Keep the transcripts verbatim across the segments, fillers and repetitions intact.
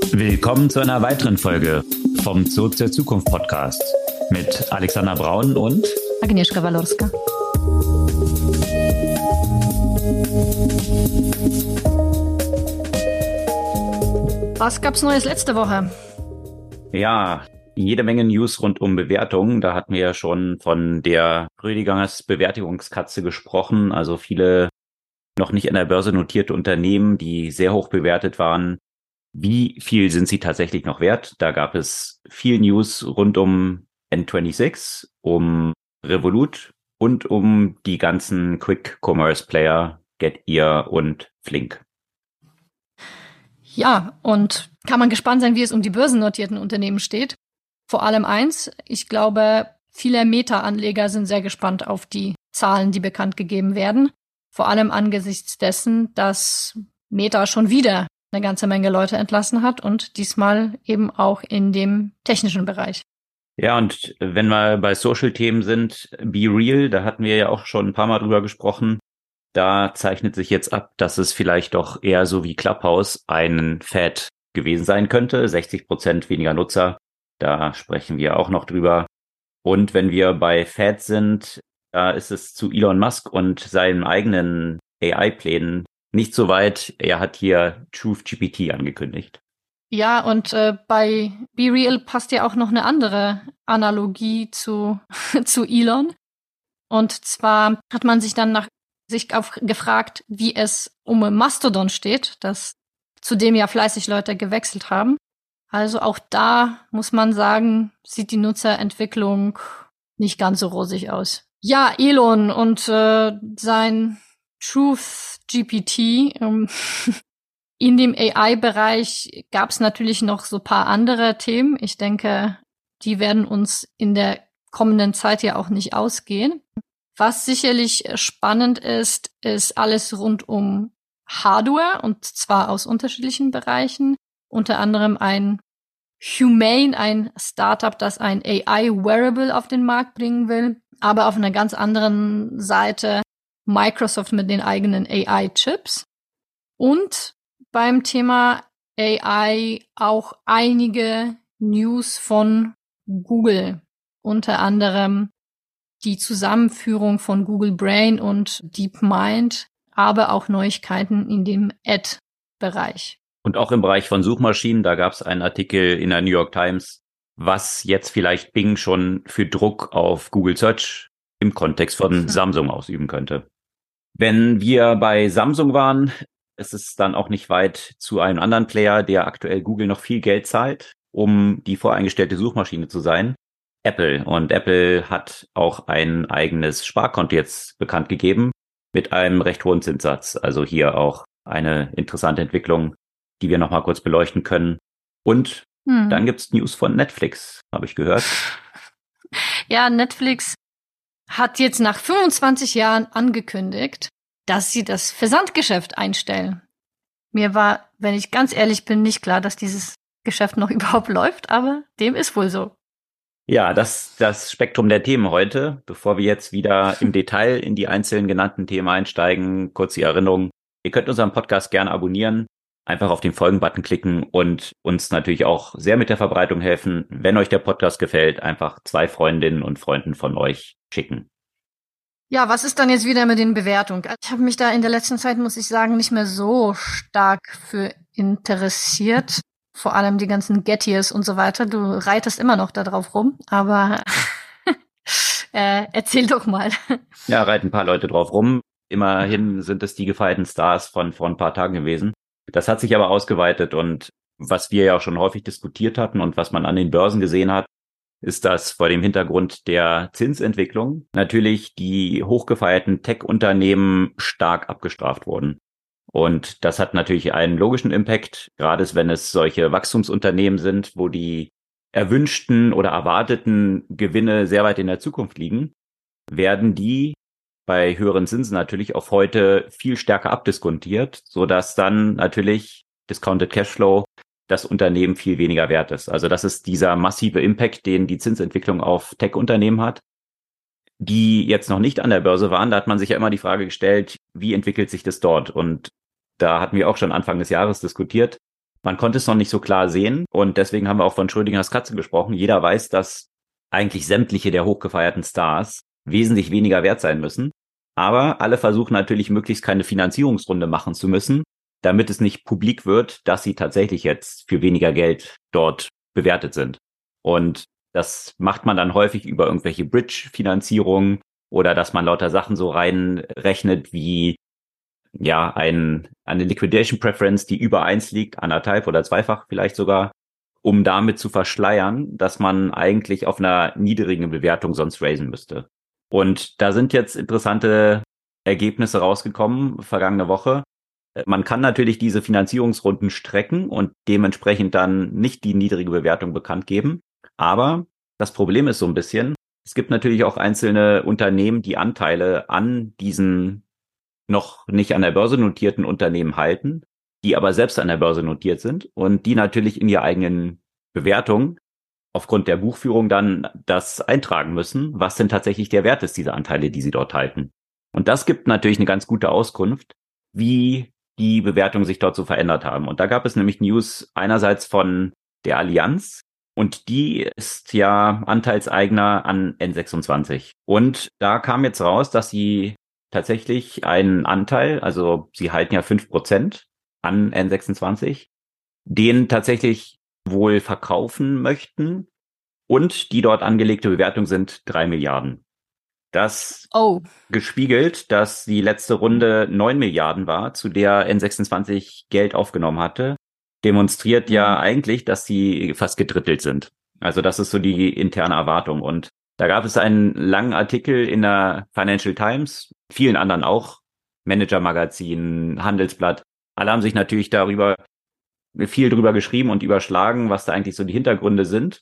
Willkommen zu einer weiteren Folge vom Zurück zur Zukunft Podcast mit Alexander Braun und Agnieszka Walorska. Was gab's Neues letzte Woche? Ja, jede Menge News rund um Bewertungen. Da hatten wir ja schon von der Rüdigers Bewertungskatze gesprochen. Also viele noch nicht an der Börse notierte Unternehmen, die sehr hoch bewertet waren. Wie viel sind sie tatsächlich noch wert? Da gab es viel News rund um N sechsundzwanzig, um Revolut und um die ganzen Quick-Commerce-Player Getir und Flink. Ja, und kann man gespannt sein, wie es um die börsennotierten Unternehmen steht. Vor allem eins, ich glaube, viele Meta-Anleger sind sehr gespannt auf die Zahlen, die bekannt gegeben werden. Vor allem angesichts dessen, dass Meta schon wieder eine ganze Menge Leute entlassen hat und diesmal eben auch in dem technischen Bereich. Ja, und wenn wir bei Social-Themen sind, BeReal, da hatten wir ja auch schon ein paar Mal drüber gesprochen, da zeichnet sich jetzt ab, dass es vielleicht doch eher so wie Clubhouse ein Fad gewesen sein könnte, sechzig Prozent weniger Nutzer, da sprechen wir auch noch drüber. Und wenn wir bei Fads sind, da ist es zu Elon Musk und seinen eigenen A I-Plänen nicht so weit. Er hat hier TruthGPT angekündigt. Ja, und äh, bei BeReal passt ja auch noch eine andere Analogie zu, zu Elon. Und zwar hat man sich dann nach sich auf, gefragt, wie es um Mastodon steht, das zu dem ja fleißig Leute gewechselt haben. Also auch da muss man sagen, sieht die Nutzerentwicklung nicht ganz so rosig aus. Ja, Elon und äh, sein TruthGPT. Ähm, in dem A I-Bereich gab es natürlich noch so ein paar andere Themen. Ich denke, die werden uns in der kommenden Zeit ja auch nicht ausgehen. Was sicherlich spannend ist, ist alles rund um Hardware, und zwar aus unterschiedlichen Bereichen. Unter anderem ein Humane, ein Startup, das ein A I-Wearable auf den Markt bringen will. Aber auf einer ganz anderen Seite Microsoft mit den eigenen A I-Chips. Und beim Thema A I auch einige News von Google. Unter anderem die Zusammenführung von Google Brain und DeepMind, aber auch Neuigkeiten in dem Ad-Bereich. Und auch im Bereich von Suchmaschinen, da gab es einen Artikel in der New York Times, was jetzt vielleicht Bing schon für Druck auf Google Search im Kontext von mhm. Samsung ausüben könnte. Wenn wir bei Samsung waren, ist es dann auch nicht weit zu einem anderen Player, der aktuell Google noch viel Geld zahlt, um die voreingestellte Suchmaschine zu sein. Apple. Und Apple hat auch ein eigenes Sparkonto jetzt bekannt gegeben mit einem recht hohen Zinssatz. Also hier auch eine interessante Entwicklung, die wir nochmal kurz beleuchten können. Und hm. dann gibt's News von Netflix, habe ich gehört. Ja, Netflix hat jetzt nach fünfundzwanzig Jahren angekündigt, dass sie das Versandgeschäft einstellen. Mir war, wenn ich ganz ehrlich bin, nicht klar, dass dieses Geschäft noch überhaupt läuft, aber dem ist wohl so. Ja, das das Spektrum der Themen heute. Bevor wir jetzt wieder im Detail in die einzelnen genannten Themen einsteigen, kurz die Erinnerung. Ihr könnt unseren Podcast gerne abonnieren, einfach auf den Folgen-Button klicken und uns natürlich auch sehr mit der Verbreitung helfen. Wenn euch der Podcast gefällt, einfach zwei Freundinnen und Freunden von euch schicken. Ja, was ist dann jetzt wieder mit den Bewertungen? Ich habe mich da in der letzten Zeit, muss ich sagen, nicht mehr so stark für interessiert. Vor allem die ganzen Getirs und so weiter. Du reitest immer noch da drauf rum, aber äh, erzähl doch mal. Ja, reiten ein paar Leute drauf rum. Immerhin sind es die gefeierten Stars von vor ein paar Tagen gewesen. Das hat sich aber ausgeweitet, und was wir ja auch schon häufig diskutiert hatten und was man an den Börsen gesehen hat, ist, dass vor dem Hintergrund der Zinsentwicklung natürlich die hochgefeierten Tech-Unternehmen stark abgestraft wurden. Und das hat natürlich einen logischen Impact, gerade wenn es solche Wachstumsunternehmen sind, wo die erwünschten oder erwarteten Gewinne sehr weit in der Zukunft liegen, werden die bei höheren Zinsen natürlich auf heute viel stärker abdiskontiert, sodass dann natürlich Discounted Cashflow das Unternehmen viel weniger wert ist. Also das ist dieser massive Impact, den die Zinsentwicklung auf Tech-Unternehmen hat. Die jetzt noch nicht an der Börse waren, da hat man sich ja immer die Frage gestellt, wie entwickelt sich das dort? Und da hatten wir auch schon Anfang des Jahres diskutiert, Man konnte es noch nicht so klar sehen und deswegen haben wir auch von Schrödingers Katze gesprochen. Jeder weiß, dass eigentlich sämtliche der hochgefeierten Stars wesentlich weniger wert sein müssen. Aber alle versuchen natürlich möglichst keine Finanzierungsrunde machen zu müssen, damit es nicht publik wird, dass sie tatsächlich jetzt für weniger Geld dort bewertet sind. Und das macht man dann häufig über irgendwelche Bridge-Finanzierungen oder dass man lauter Sachen so reinrechnet wie ja ein eine Liquidation Preference, die über eins liegt, anderthalb oder zweifach vielleicht sogar, um damit zu verschleiern, dass man eigentlich auf einer niedrigen Bewertung sonst raisen müsste. Und da sind jetzt interessante Ergebnisse rausgekommen vergangene Woche. Man kann natürlich diese Finanzierungsrunden strecken und dementsprechend dann nicht die niedrige Bewertung bekannt geben. Aber das Problem ist so ein bisschen, es gibt natürlich auch einzelne Unternehmen, die Anteile an diesen noch nicht an der Börse notierten Unternehmen halten, die aber selbst an der Börse notiert sind und die natürlich in ihrer eigenen Bewertung aufgrund der Buchführung dann das eintragen müssen, was denn tatsächlich der Wert ist dieser Anteile, die sie dort halten. Und das gibt natürlich eine ganz gute Auskunft, wie die Bewertungen sich dort so verändert haben. Und da gab es nämlich News einerseits von der Allianz und die ist ja Anteilseigner an N sechsundzwanzig. Und da kam jetzt raus, dass sie tatsächlich einen Anteil, also sie halten ja fünf Prozent an N sechsundzwanzig, den tatsächlich wohl verkaufen möchten und die dort angelegte Bewertung sind drei Milliarden. Das oh. gespiegelt, dass die letzte Runde neun Milliarden war, zu der N sechsundzwanzig Geld aufgenommen hatte, demonstriert mhm. ja eigentlich, dass sie fast gedrittelt sind. Also das ist so die interne Erwartung. Und da gab es einen langen Artikel in der Financial Times, vielen anderen auch, Manager Magazin, Handelsblatt. Alle haben sich natürlich darüber viel drüber geschrieben und überschlagen, was da eigentlich so die Hintergründe sind.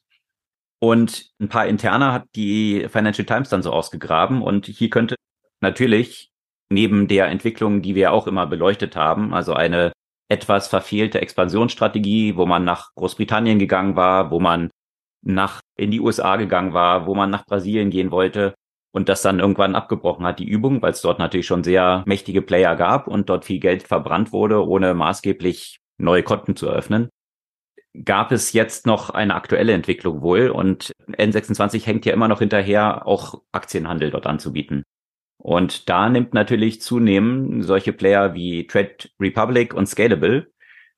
Und ein paar Interner hat die Financial Times dann so ausgegraben. Und hier könnte natürlich neben der Entwicklung, die wir auch immer beleuchtet haben, also eine etwas verfehlte Expansionsstrategie, wo man nach Großbritannien gegangen war, wo man nach in die U S A gegangen war, wo man nach Brasilien gehen wollte und das dann irgendwann abgebrochen hat, die Übung, weil es dort natürlich schon sehr mächtige Player gab und dort viel Geld verbrannt wurde, ohne maßgeblich neue Konten zu eröffnen. Gab es jetzt noch eine aktuelle Entwicklung wohl und N sechsundzwanzig hängt ja immer noch hinterher, auch Aktienhandel dort anzubieten. Und da nimmt natürlich zunehmend solche Player wie Trade Republic und Scalable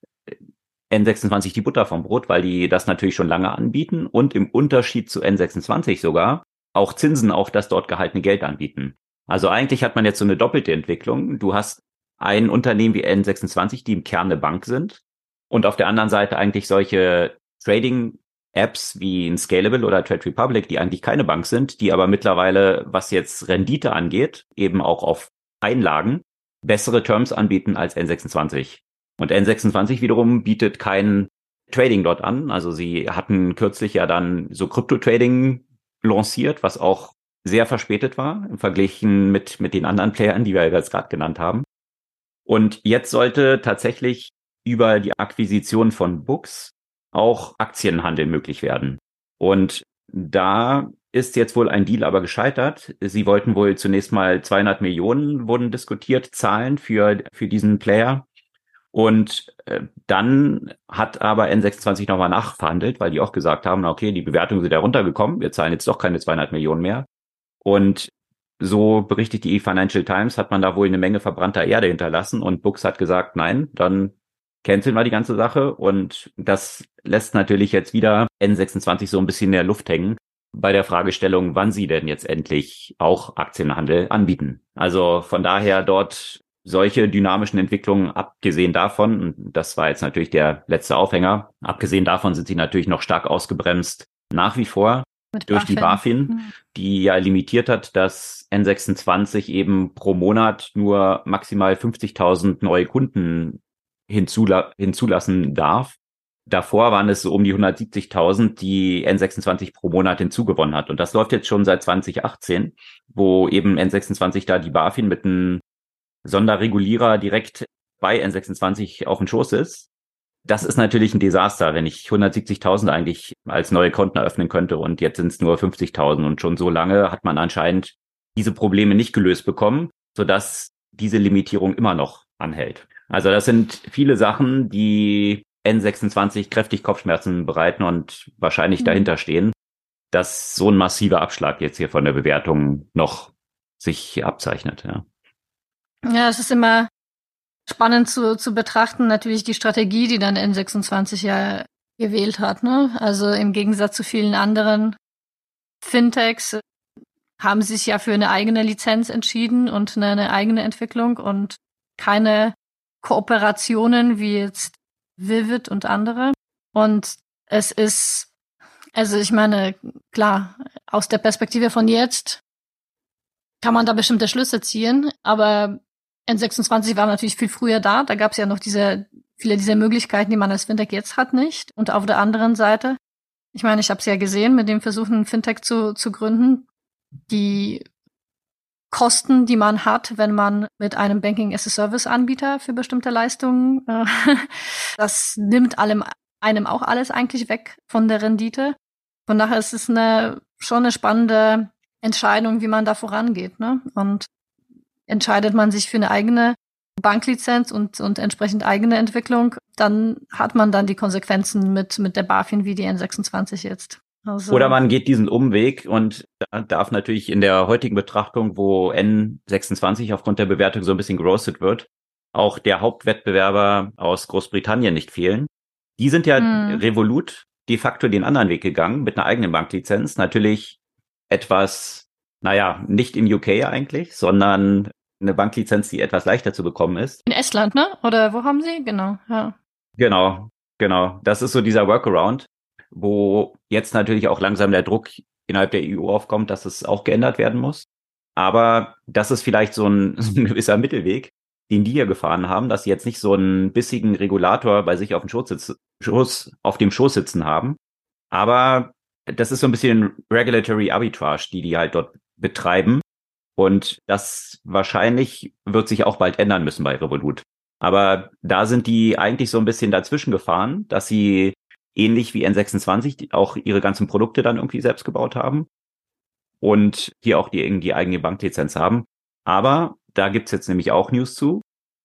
N sechsundzwanzig die Butter vom Brot, weil die das natürlich schon lange anbieten und im Unterschied zu N sechsundzwanzig sogar auch Zinsen auf das dort gehaltene Geld anbieten. Also eigentlich hat man jetzt so eine doppelte Entwicklung. Du hast ein Unternehmen wie N sechsundzwanzig, die im Kern eine Bank sind und auf der anderen Seite eigentlich solche Trading-Apps wie ein Scalable oder Trade Republic, die eigentlich keine Bank sind, die aber mittlerweile, was jetzt Rendite angeht, eben auch auf Einlagen bessere Terms anbieten als N sechsundzwanzig. Und N sechsundzwanzig wiederum bietet kein Trading dort an. Also sie hatten kürzlich ja dann so Krypto-Trading lanciert, was auch sehr verspätet war im Vergleich mit, mit den anderen Playern, die wir jetzt gerade genannt haben. Und jetzt sollte tatsächlich über die Akquisition von Books auch Aktienhandel möglich werden. Und da ist jetzt wohl ein Deal aber gescheitert. Sie wollten wohl zunächst mal zweihundert Millionen wurden diskutiert, zahlen für, für diesen Player. Und äh, dann hat aber N sechsundzwanzig nochmal nachverhandelt, weil die auch gesagt haben, okay, die Bewertungen sind ja runtergekommen, wir zahlen jetzt doch keine zweihundert Millionen mehr. Und so berichtet die Financial Times, hat man da wohl eine Menge verbrannter Erde hinterlassen und Books hat gesagt, nein, dann canceln wir die ganze Sache. Und das lässt natürlich jetzt wieder N sechsundzwanzig so ein bisschen in der Luft hängen bei der Fragestellung, wann sie denn jetzt endlich auch Aktienhandel anbieten. Also von daher dort solche dynamischen Entwicklungen, abgesehen davon, und das war jetzt natürlich der letzte Aufhänger, abgesehen davon sind sie natürlich noch stark ausgebremst nach wie vor Mit durch die BaFin, Mhm. die ja limitiert hat, dass N sechsundzwanzig eben pro Monat nur maximal fünfzigtausend neue Kunden hinzula- hinzulassen darf. Davor waren es so um die hundertsiebzigtausend, die N sechsundzwanzig pro Monat hinzugewonnen hat. Und das läuft jetzt schon seit zwanzig achtzehn, wo eben N sechsundzwanzig da die BaFin mit einem Sonderregulierer direkt bei N sechsundzwanzig auf dem Schoß ist. Das ist natürlich ein Desaster, wenn ich hundertsiebzigtausend eigentlich als neue Konten eröffnen könnte und jetzt sind es nur fünfzigtausend und schon so lange hat man anscheinend diese Probleme nicht gelöst bekommen, sodass diese Limitierung immer noch anhält. Also das sind viele Sachen, die N sechsundzwanzig kräftig Kopfschmerzen bereiten und wahrscheinlich Mhm. dahinter stehen, dass so ein massiver Abschlag jetzt hier von der Bewertung noch sich abzeichnet. Ja, Ja, es ist immer spannend zu, zu betrachten, natürlich die Strategie, die dann N sechsundzwanzig ja gewählt hat. Ne? Also im Gegensatz zu vielen anderen Fintechs haben sie sich ja für eine eigene Lizenz entschieden und eine, eine eigene Entwicklung und keine Kooperationen wie jetzt Vivid und andere. Und es ist, also ich meine, klar, aus der Perspektive von jetzt kann man da bestimmte Schlüsse ziehen, aber N sechsundzwanzig war natürlich viel früher da. Da gab es ja noch diese viele dieser Möglichkeiten, die man als Fintech jetzt hat, nicht. Und auf der anderen Seite, ich meine, ich habe es ja gesehen mit dem Versuch, ein Fintech zu, zu gründen, die Kosten, die man hat, wenn man mit einem Banking-as-a-Service-Anbieter für bestimmte Leistungen, äh, das nimmt allem, einem auch alles eigentlich weg von der Rendite. Von daher ist es eine, schon eine spannende Entscheidung, wie man da vorangeht, ne? Und entscheidet man sich für eine eigene Banklizenz und, und entsprechend eigene Entwicklung, dann hat man dann die Konsequenzen mit, mit der BaFin wie die N sechsundzwanzig jetzt. Also, oder man geht diesen Umweg und da darf natürlich in der heutigen Betrachtung, wo N sechsundzwanzig aufgrund der Bewertung so ein bisschen geroastet wird, auch der Hauptwettbewerber aus Großbritannien nicht fehlen. Die sind ja Mhm. Revolut de facto den anderen Weg gegangen mit einer eigenen Banklizenz. Natürlich etwas, naja, nicht in U K eigentlich, sondern eine Banklizenz, die etwas leichter zu bekommen ist. In Estland, ne? Oder wo haben sie? Genau, ja. Genau, genau. Das ist so dieser Workaround, wo jetzt natürlich auch langsam der Druck innerhalb der E U aufkommt, dass es auch geändert werden muss. Aber das ist vielleicht so ein, so ein gewisser Mittelweg, den die hier gefahren haben, dass sie jetzt nicht so einen bissigen Regulator bei sich auf dem Schoß, sitz, Schoß, auf dem Schoß sitzen haben. Aber das ist so ein bisschen Regulatory Arbitrage, die die halt dort betreiben. Und das wahrscheinlich wird sich auch bald ändern müssen bei Revolut. Aber da sind die eigentlich so ein bisschen dazwischen gefahren, dass sie ähnlich wie N sechsundzwanzig auch ihre ganzen Produkte dann irgendwie selbst gebaut haben und hier auch die irgendwie eigene Banklizenz haben. Aber da gibt's jetzt nämlich auch News zu.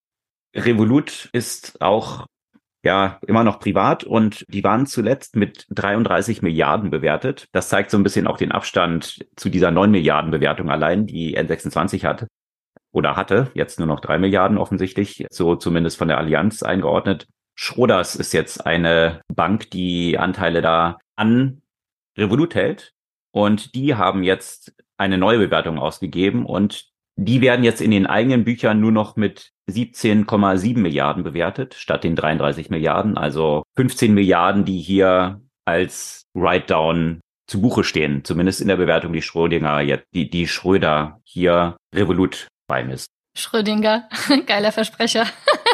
Revolut ist auch ja immer noch privat und die waren zuletzt mit dreiunddreißig Milliarden bewertet. Das zeigt so ein bisschen auch den Abstand zu dieser neun Milliarden Bewertung allein, die N sechsundzwanzig hatte oder hatte, jetzt nur noch drei Milliarden offensichtlich, so zumindest von der Allianz eingeordnet. Schroders ist jetzt eine Bank, die Anteile da an Revolut hält und die haben jetzt eine neue Bewertung ausgegeben und die werden jetzt in den eigenen Büchern nur noch mit siebzehn Komma sieben Milliarden bewertet, statt den dreiunddreißig Milliarden, also fünfzehn Milliarden, die hier als Write-Down zu Buche stehen, zumindest in der Bewertung, die Schrödinger jetzt, die, die Schröder hier Revolut beimisst. Schrödinger, geiler Versprecher.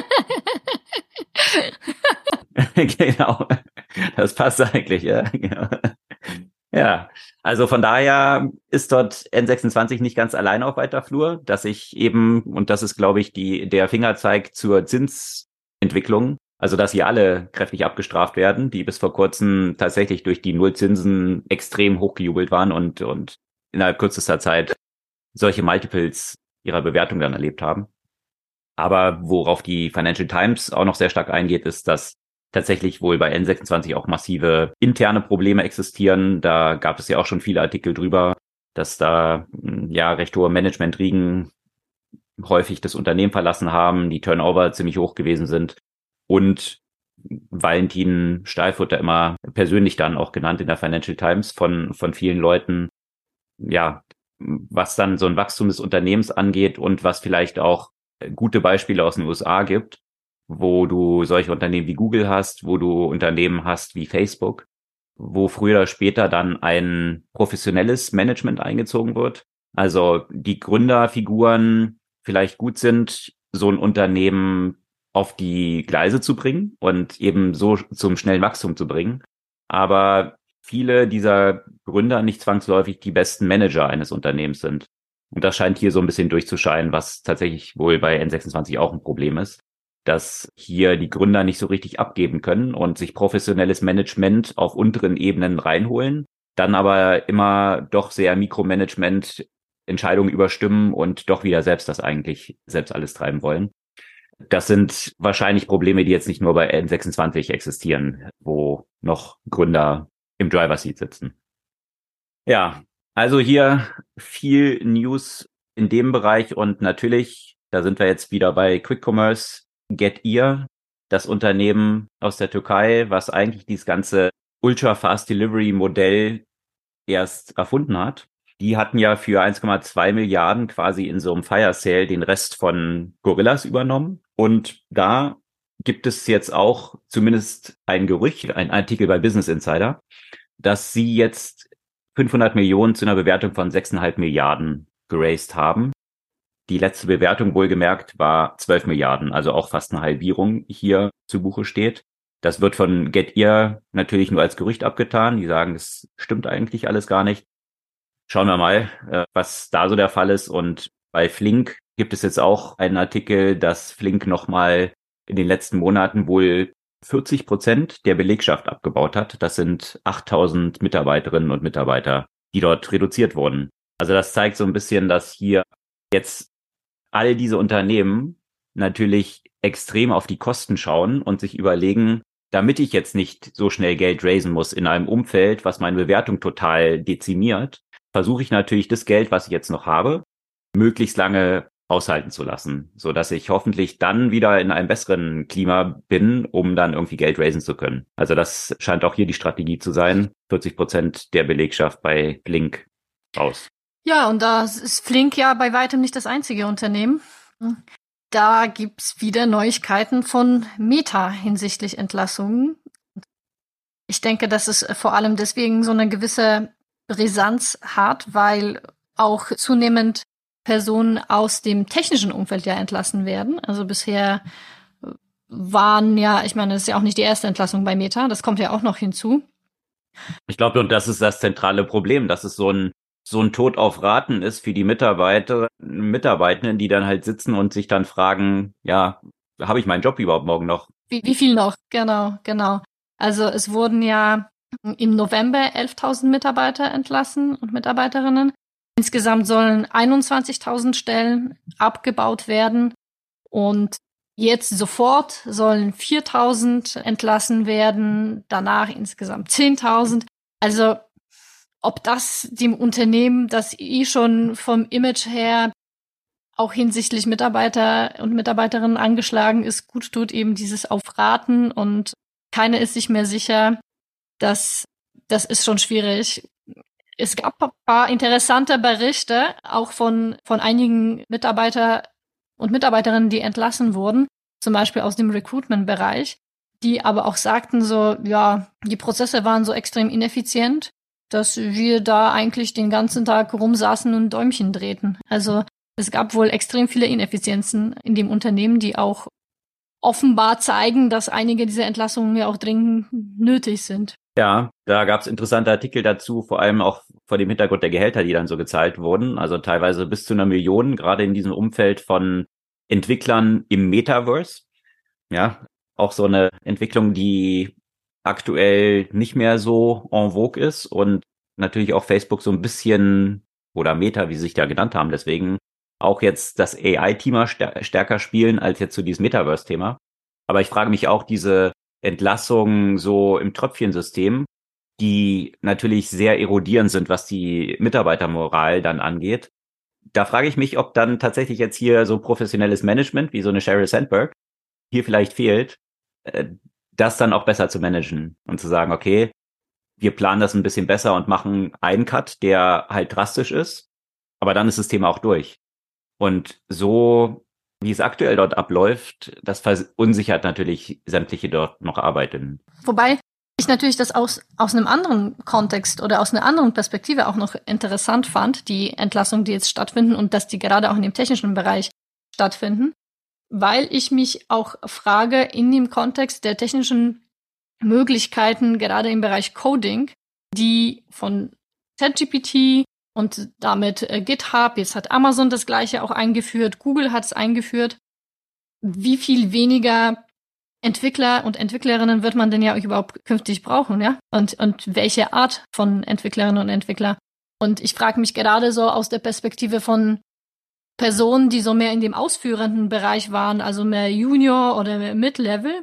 Genau, das passt eigentlich, ja. Ja, also von daher ist dort N sechsundzwanzig nicht ganz allein auf weiter Flur, dass ich eben, und das ist, glaube ich, die der Fingerzeig zur Zinsentwicklung, also dass sie alle kräftig abgestraft werden, die bis vor kurzem tatsächlich durch die Nullzinsen extrem hochgejubelt waren und, und innerhalb kürzester Zeit solche Multiples ihrer Bewertung dann erlebt haben. Aber worauf die Financial Times auch noch sehr stark eingeht, ist, dass tatsächlich wohl bei N sechsundzwanzig auch massive interne Probleme existieren. Da gab es ja auch schon viele Artikel drüber, dass da ja recht hohe Managementriegen häufig das Unternehmen verlassen haben, die Turnover ziemlich hoch gewesen sind und Valentin Steilfurter immer persönlich dann auch genannt in der Financial Times von von vielen Leuten, ja, was dann so ein Wachstum des Unternehmens angeht und was vielleicht auch gute Beispiele aus den U S A gibt, wo du solche Unternehmen wie Google hast, wo du Unternehmen hast wie Facebook, wo früher oder später dann ein professionelles Management eingezogen wird. Also die Gründerfiguren vielleicht gut sind, so ein Unternehmen auf die Gleise zu bringen und eben so zum schnellen Wachstum zu bringen. Aber viele dieser Gründer nicht zwangsläufig die besten Manager eines Unternehmens sind. Und das scheint hier so ein bisschen durchzuscheinen, was tatsächlich wohl bei N sechsundzwanzig auch ein Problem ist, dass hier die Gründer nicht so richtig abgeben können und sich professionelles Management auf unteren Ebenen reinholen, dann aber immer doch sehr Mikromanagement Entscheidungen überstimmen und doch wieder selbst das eigentlich selbst alles treiben wollen. Das sind wahrscheinlich Probleme, die jetzt nicht nur bei N sechsundzwanzig existieren, wo noch Gründer im Driver Seat sitzen. Ja, also hier viel News in dem Bereich und natürlich, da sind wir jetzt wieder bei Quick Commerce, Getir, das Unternehmen aus der Türkei, was eigentlich dieses ganze Ultra-Fast-Delivery-Modell erst erfunden hat. Die hatten ja für eins Komma zwei Milliarden quasi in so einem Fire Sale den Rest von Gorillas übernommen. Und da gibt es jetzt auch zumindest ein Gerücht, ein Artikel bei Business Insider, dass sie jetzt fünfhundert Millionen zu einer Bewertung von sechs Komma fünf Milliarden geraced haben. Die letzte Bewertung wohlgemerkt war zwölf Milliarden, also auch fast eine Halbierung hier zu Buche steht. Das wird von Getir natürlich nur als Gerücht abgetan. Die sagen, es stimmt eigentlich alles gar nicht. Schauen wir mal, was da so der Fall ist. Und bei Flink gibt es jetzt auch einen Artikel, dass Flink nochmal in den letzten Monaten wohl vierzig Prozent der Belegschaft abgebaut hat. Das sind achttausend Mitarbeiterinnen und Mitarbeiter, die dort reduziert wurden. Also das zeigt so ein bisschen, dass hier jetzt all diese Unternehmen natürlich extrem auf die Kosten schauen und sich überlegen, damit ich jetzt nicht so schnell Geld raisen muss in einem Umfeld, was meine Bewertung total dezimiert, versuche ich natürlich das Geld, was ich jetzt noch habe, möglichst lange aushalten zu lassen, so dass ich hoffentlich dann wieder in einem besseren Klima bin, um dann irgendwie Geld raisen zu können. Also das scheint auch hier die Strategie zu sein. vierzig Prozent der Belegschaft bei Flink raus. Ja, und da ist Flink ja bei weitem nicht das einzige Unternehmen. Da gibt's wieder Neuigkeiten von Meta hinsichtlich Entlassungen. Ich denke, dass es vor allem deswegen so eine gewisse Brisanz hat, weil auch zunehmend Personen aus dem technischen Umfeld ja entlassen werden. Also bisher waren ja, ich meine, das ist ja auch nicht die erste Entlassung bei Meta, das kommt ja auch noch hinzu. Ich glaube, und das ist das zentrale Problem, dass es so ein so ein Tod auf Raten ist für die Mitarbeiter, Mitarbeitenden, die dann halt sitzen und sich dann fragen, ja, habe ich meinen Job überhaupt morgen noch? Wie, wie viel noch? Genau, genau. Also es wurden ja im November elftausend Mitarbeiter entlassen und Mitarbeiterinnen. Insgesamt sollen einundzwanzigtausend Stellen abgebaut werden und jetzt sofort sollen viertausend entlassen werden, danach insgesamt zehntausend. Also ob das dem Unternehmen, das eh schon vom Image her auch hinsichtlich Mitarbeiter und Mitarbeiterinnen angeschlagen ist, gut tut, eben dieses Aufraten und keiner ist sich mehr sicher, dass das ist schon schwierig. Es gab ein paar interessante Berichte, auch von, von einigen Mitarbeiter und Mitarbeiterinnen, die entlassen wurden, zum Beispiel aus dem Recruitment-Bereich, die aber auch sagten so, ja, die Prozesse waren so extrem ineffizient, dass wir da eigentlich den ganzen Tag rumsaßen und Däumchen drehten. Also es gab wohl extrem viele Ineffizienzen in dem Unternehmen, die auch offenbar zeigen, dass einige dieser Entlassungen ja auch dringend nötig sind. Ja, da gab es interessante Artikel dazu, vor allem auch vor dem Hintergrund der Gehälter, die dann so gezahlt wurden. Also teilweise bis zu einer Million, gerade in diesem Umfeld von Entwicklern im Metaverse. Ja, auch so eine Entwicklung, die aktuell nicht mehr so en vogue ist und natürlich auch Facebook so ein bisschen oder Meta, wie sie sich da genannt haben, deswegen auch jetzt das A I-Thema stär- stärker spielen als jetzt so dieses Metaverse-Thema. Aber ich frage mich auch, diese Entlassungen so im Tröpfchensystem, die natürlich sehr erodierend sind, was die Mitarbeitermoral dann angeht. Da frage ich mich, ob dann tatsächlich jetzt hier so professionelles Management wie so eine Sheryl Sandberg hier vielleicht fehlt, das dann auch besser zu managen und zu sagen, okay, wir planen das ein bisschen besser und machen einen Cut, der halt drastisch ist, aber dann ist das Thema auch durch. Und so, wie es aktuell dort abläuft, das verunsichert natürlich sämtliche dort noch Arbeitenden. Wobei ich natürlich das aus, aus einem anderen Kontext oder aus einer anderen Perspektive auch noch interessant fand, die Entlassungen, die jetzt stattfinden und dass die gerade auch in dem technischen Bereich stattfinden, weil ich mich auch frage, in dem Kontext der technischen Möglichkeiten, gerade im Bereich Coding, die von ChatGPT und damit äh, GitHub, jetzt hat Amazon das Gleiche auch eingeführt, Google hat es eingeführt, wie viel weniger Entwickler und Entwicklerinnen wird man denn ja überhaupt künftig brauchen, ja? Und, und welche Art von Entwicklerinnen und Entwickler? Und ich frage mich gerade so aus der Perspektive von Personen, die so mehr in dem ausführenden Bereich waren, also mehr Junior oder mehr Mid-Level,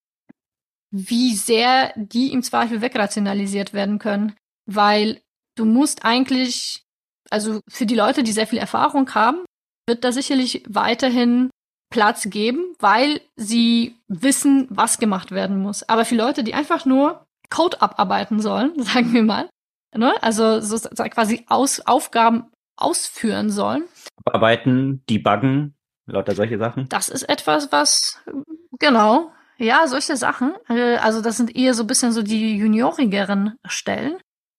wie sehr die im Zweifel wegrationalisiert werden können. Weil du musst eigentlich, also für die Leute, die sehr viel Erfahrung haben, wird da sicherlich weiterhin Platz geben, weil sie wissen, was gemacht werden muss. Aber für Leute, die einfach nur Code abarbeiten sollen, sagen wir mal, ne? Also so quasi aus, Aufgaben ausführen sollen. Abarbeiten, debuggen, lauter solche Sachen. Das ist etwas, was, genau, ja, solche Sachen. Also das sind eher so ein bisschen so die juniorigeren Stellen.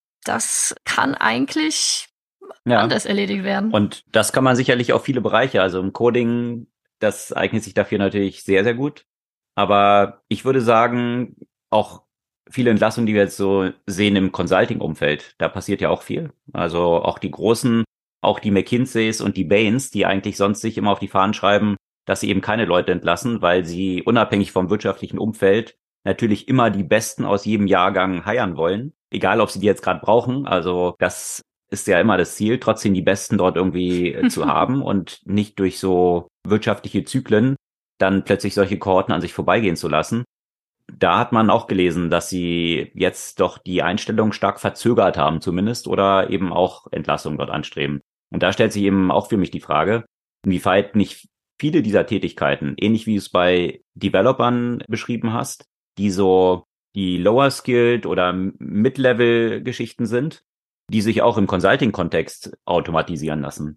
Das kann eigentlich ja anders erledigt werden. Und das kann man sicherlich auf viele Bereiche, also im Coding, das eignet sich dafür natürlich sehr, sehr gut. Aber ich würde sagen, auch viele Entlassungen, die wir jetzt so sehen im Consulting-Umfeld, da passiert ja auch viel. Also auch die großen, auch die McKinseys und die Bains, die eigentlich sonst sich immer auf die Fahnen schreiben, dass sie eben keine Leute entlassen, weil sie unabhängig vom wirtschaftlichen Umfeld natürlich immer die Besten aus jedem Jahrgang hiren wollen. Egal, ob sie die jetzt gerade brauchen. Also das ist ja immer das Ziel, trotzdem die Besten dort irgendwie zu haben und nicht durch so wirtschaftliche Zyklen dann plötzlich solche Kohorten an sich vorbeigehen zu lassen. Da hat man auch gelesen, dass sie jetzt doch die Einstellung stark verzögert haben zumindest oder eben auch Entlassungen dort anstreben. Und da stellt sich eben auch für mich die Frage, inwieweit nicht viele dieser Tätigkeiten, ähnlich wie du es bei Developern beschrieben hast, die so die lower-skilled oder Mid-Level-Geschichten sind, die sich auch im Consulting-Kontext automatisieren lassen.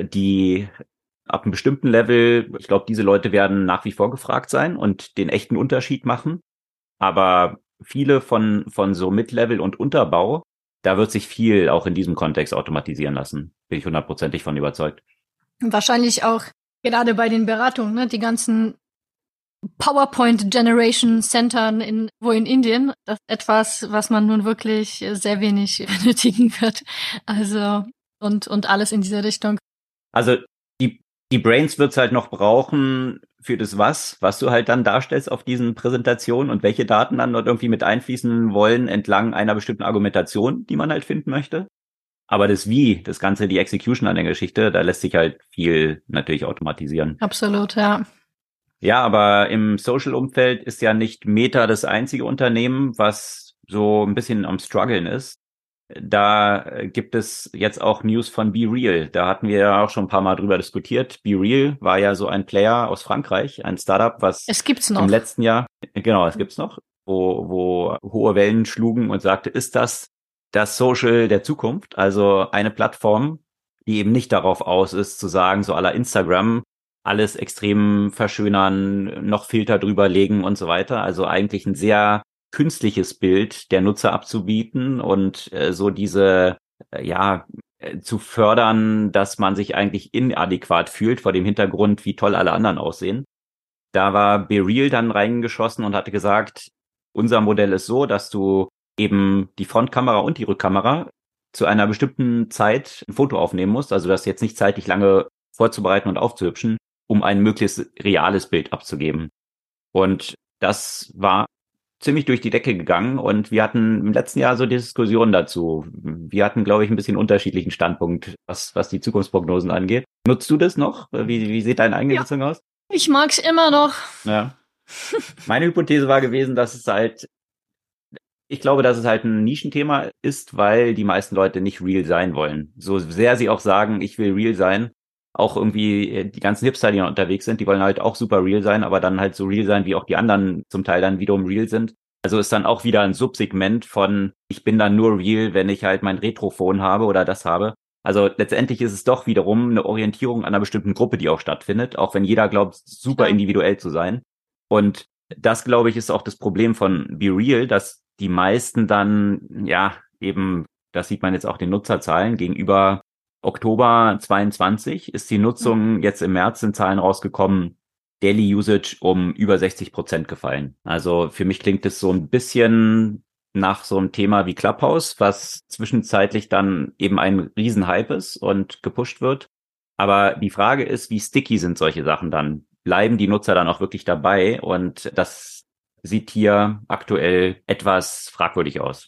Die ab einem bestimmten Level, ich glaube, diese Leute werden nach wie vor gefragt sein und den echten Unterschied machen. Aber viele von von so Mid-Level und Unterbau, da wird sich viel auch in diesem Kontext automatisieren lassen. Bin ich hundertprozentig von überzeugt. Wahrscheinlich auch gerade bei den Beratungen, ne, die ganzen PowerPoint Generation Centern in, wo in Indien, das ist etwas, was man nun wirklich sehr wenig benötigen wird. Also, und, und alles in diese Richtung. Also, die, die Brains wird's halt noch brauchen für das Was, was du halt dann darstellst auf diesen Präsentationen und welche Daten dann dort irgendwie mit einfließen wollen entlang einer bestimmten Argumentation, die man halt finden möchte. Aber das Wie, das Ganze, die Execution an der Geschichte, da lässt sich halt viel natürlich automatisieren. Absolut, ja. Ja, aber im Social-Umfeld ist ja nicht Meta das einzige Unternehmen, was so ein bisschen am Struggeln ist. Da gibt es jetzt auch News von BeReal. Da hatten wir ja auch schon ein paar Mal drüber diskutiert. BeReal war ja so ein Player aus Frankreich, ein Startup, was es gibt's noch. im letzten Jahr, genau, es gibt's noch, wo, wo hohe Wellen schlugen und sagte, ist das das Social der Zukunft? Also eine Plattform, die eben nicht darauf aus ist, zu sagen, so à la Instagram, alles extrem verschönern, noch Filter drüber legen und so weiter. Also eigentlich ein sehr künstliches Bild der Nutzer abzubieten und äh, so diese, äh, ja, äh, zu fördern, dass man sich eigentlich inadäquat fühlt vor dem Hintergrund, wie toll alle anderen aussehen. Da war BeReal dann reingeschossen und hatte gesagt, unser Modell ist so, dass du eben die Frontkamera und die Rückkamera zu einer bestimmten Zeit ein Foto aufnehmen musst, also das jetzt nicht zeitlich lange vorzubereiten und aufzuhübschen, um ein möglichst reales Bild abzugeben. Und das war ziemlich durch die Decke gegangen und wir hatten im letzten Jahr so Diskussionen dazu. Wir hatten, glaube ich, ein bisschen unterschiedlichen Standpunkt, was was die Zukunftsprognosen angeht. Nutzt du das noch? Wie, wie sieht deine eigene Nutzung aus? Ich mag's immer noch. Ja. Meine Hypothese war gewesen, dass es halt, ich glaube, dass es halt ein Nischenthema ist, weil die meisten Leute nicht real sein wollen. So sehr sie auch sagen, ich will real sein, auch irgendwie die ganzen Hipster, die noch unterwegs sind, die wollen halt auch super real sein, aber dann halt so real sein, wie auch die anderen zum Teil dann wiederum real sind. Also ist dann auch wieder ein Subsegment von, ich bin dann nur real, wenn ich halt mein Retrophon habe oder das habe. Also letztendlich ist es doch wiederum eine Orientierung an einer bestimmten Gruppe, die auch stattfindet, auch wenn jeder glaubt, super individuell zu sein. Und das, glaube ich, ist auch das Problem von BeReal, dass die meisten dann, ja, eben, das sieht man jetzt auch den Nutzerzahlen, gegenüber Oktober zweiundzwanzig ist die Nutzung mhm. jetzt im März sind Zahlen rausgekommen, Daily Usage um über sechzig Prozent gefallen. Also für mich klingt es so ein bisschen nach so einem Thema wie Clubhouse, was zwischenzeitlich dann eben ein Riesenhype ist und gepusht wird. Aber die Frage ist, wie sticky sind solche Sachen dann? Bleiben die Nutzer dann auch wirklich dabei? Und das sieht hier aktuell etwas fragwürdig aus.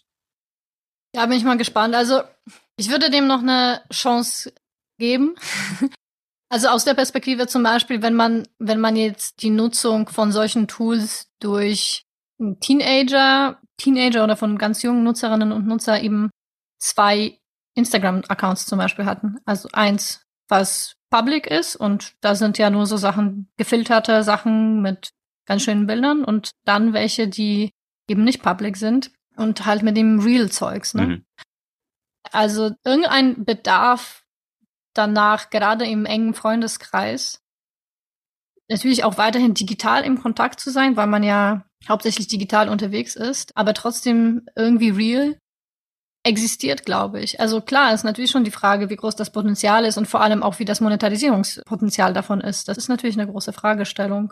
Ja, bin ich mal gespannt. Also ich würde dem noch eine Chance geben. Also aus der Perspektive zum Beispiel, wenn man, wenn man jetzt die Nutzung von solchen Tools durch Teenager, Teenager oder von ganz jungen Nutzerinnen und Nutzer eben zwei Instagram-Accounts zum Beispiel hatten. Also eins, was public ist und da sind ja nur so Sachen, gefilterte Sachen mit ganz schönen Bildern und dann welche, die eben nicht public sind und halt mit dem Real-Zeugs, ne? Mhm. Also irgendein Bedarf danach, gerade im engen Freundeskreis, natürlich auch weiterhin digital im Kontakt zu sein, weil man ja hauptsächlich digital unterwegs ist, aber trotzdem irgendwie real existiert, glaube ich. Also klar, ist natürlich schon die Frage, wie groß das Potenzial ist und vor allem auch, wie das Monetarisierungspotenzial davon ist. Das ist natürlich eine große Fragestellung.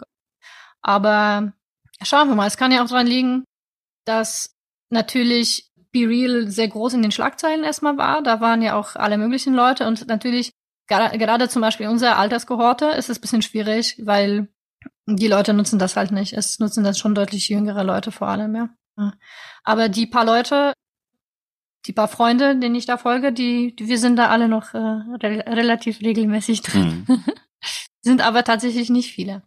Aber schauen wir mal, es kann ja auch daran liegen, dass natürlich BeReal sehr groß in den Schlagzeilen erstmal war. Da waren ja auch alle möglichen Leute und natürlich gerade, gerade zum Beispiel unsere Alterskohorte ist es ein bisschen schwierig, weil die Leute nutzen das halt nicht. Es nutzen das schon deutlich jüngere Leute vor allem, ja. Aber die paar Leute, die paar Freunde, denen ich da folge, die, die wir sind da alle noch äh, re- relativ regelmäßig drin. Mhm. Sind aber tatsächlich nicht viele.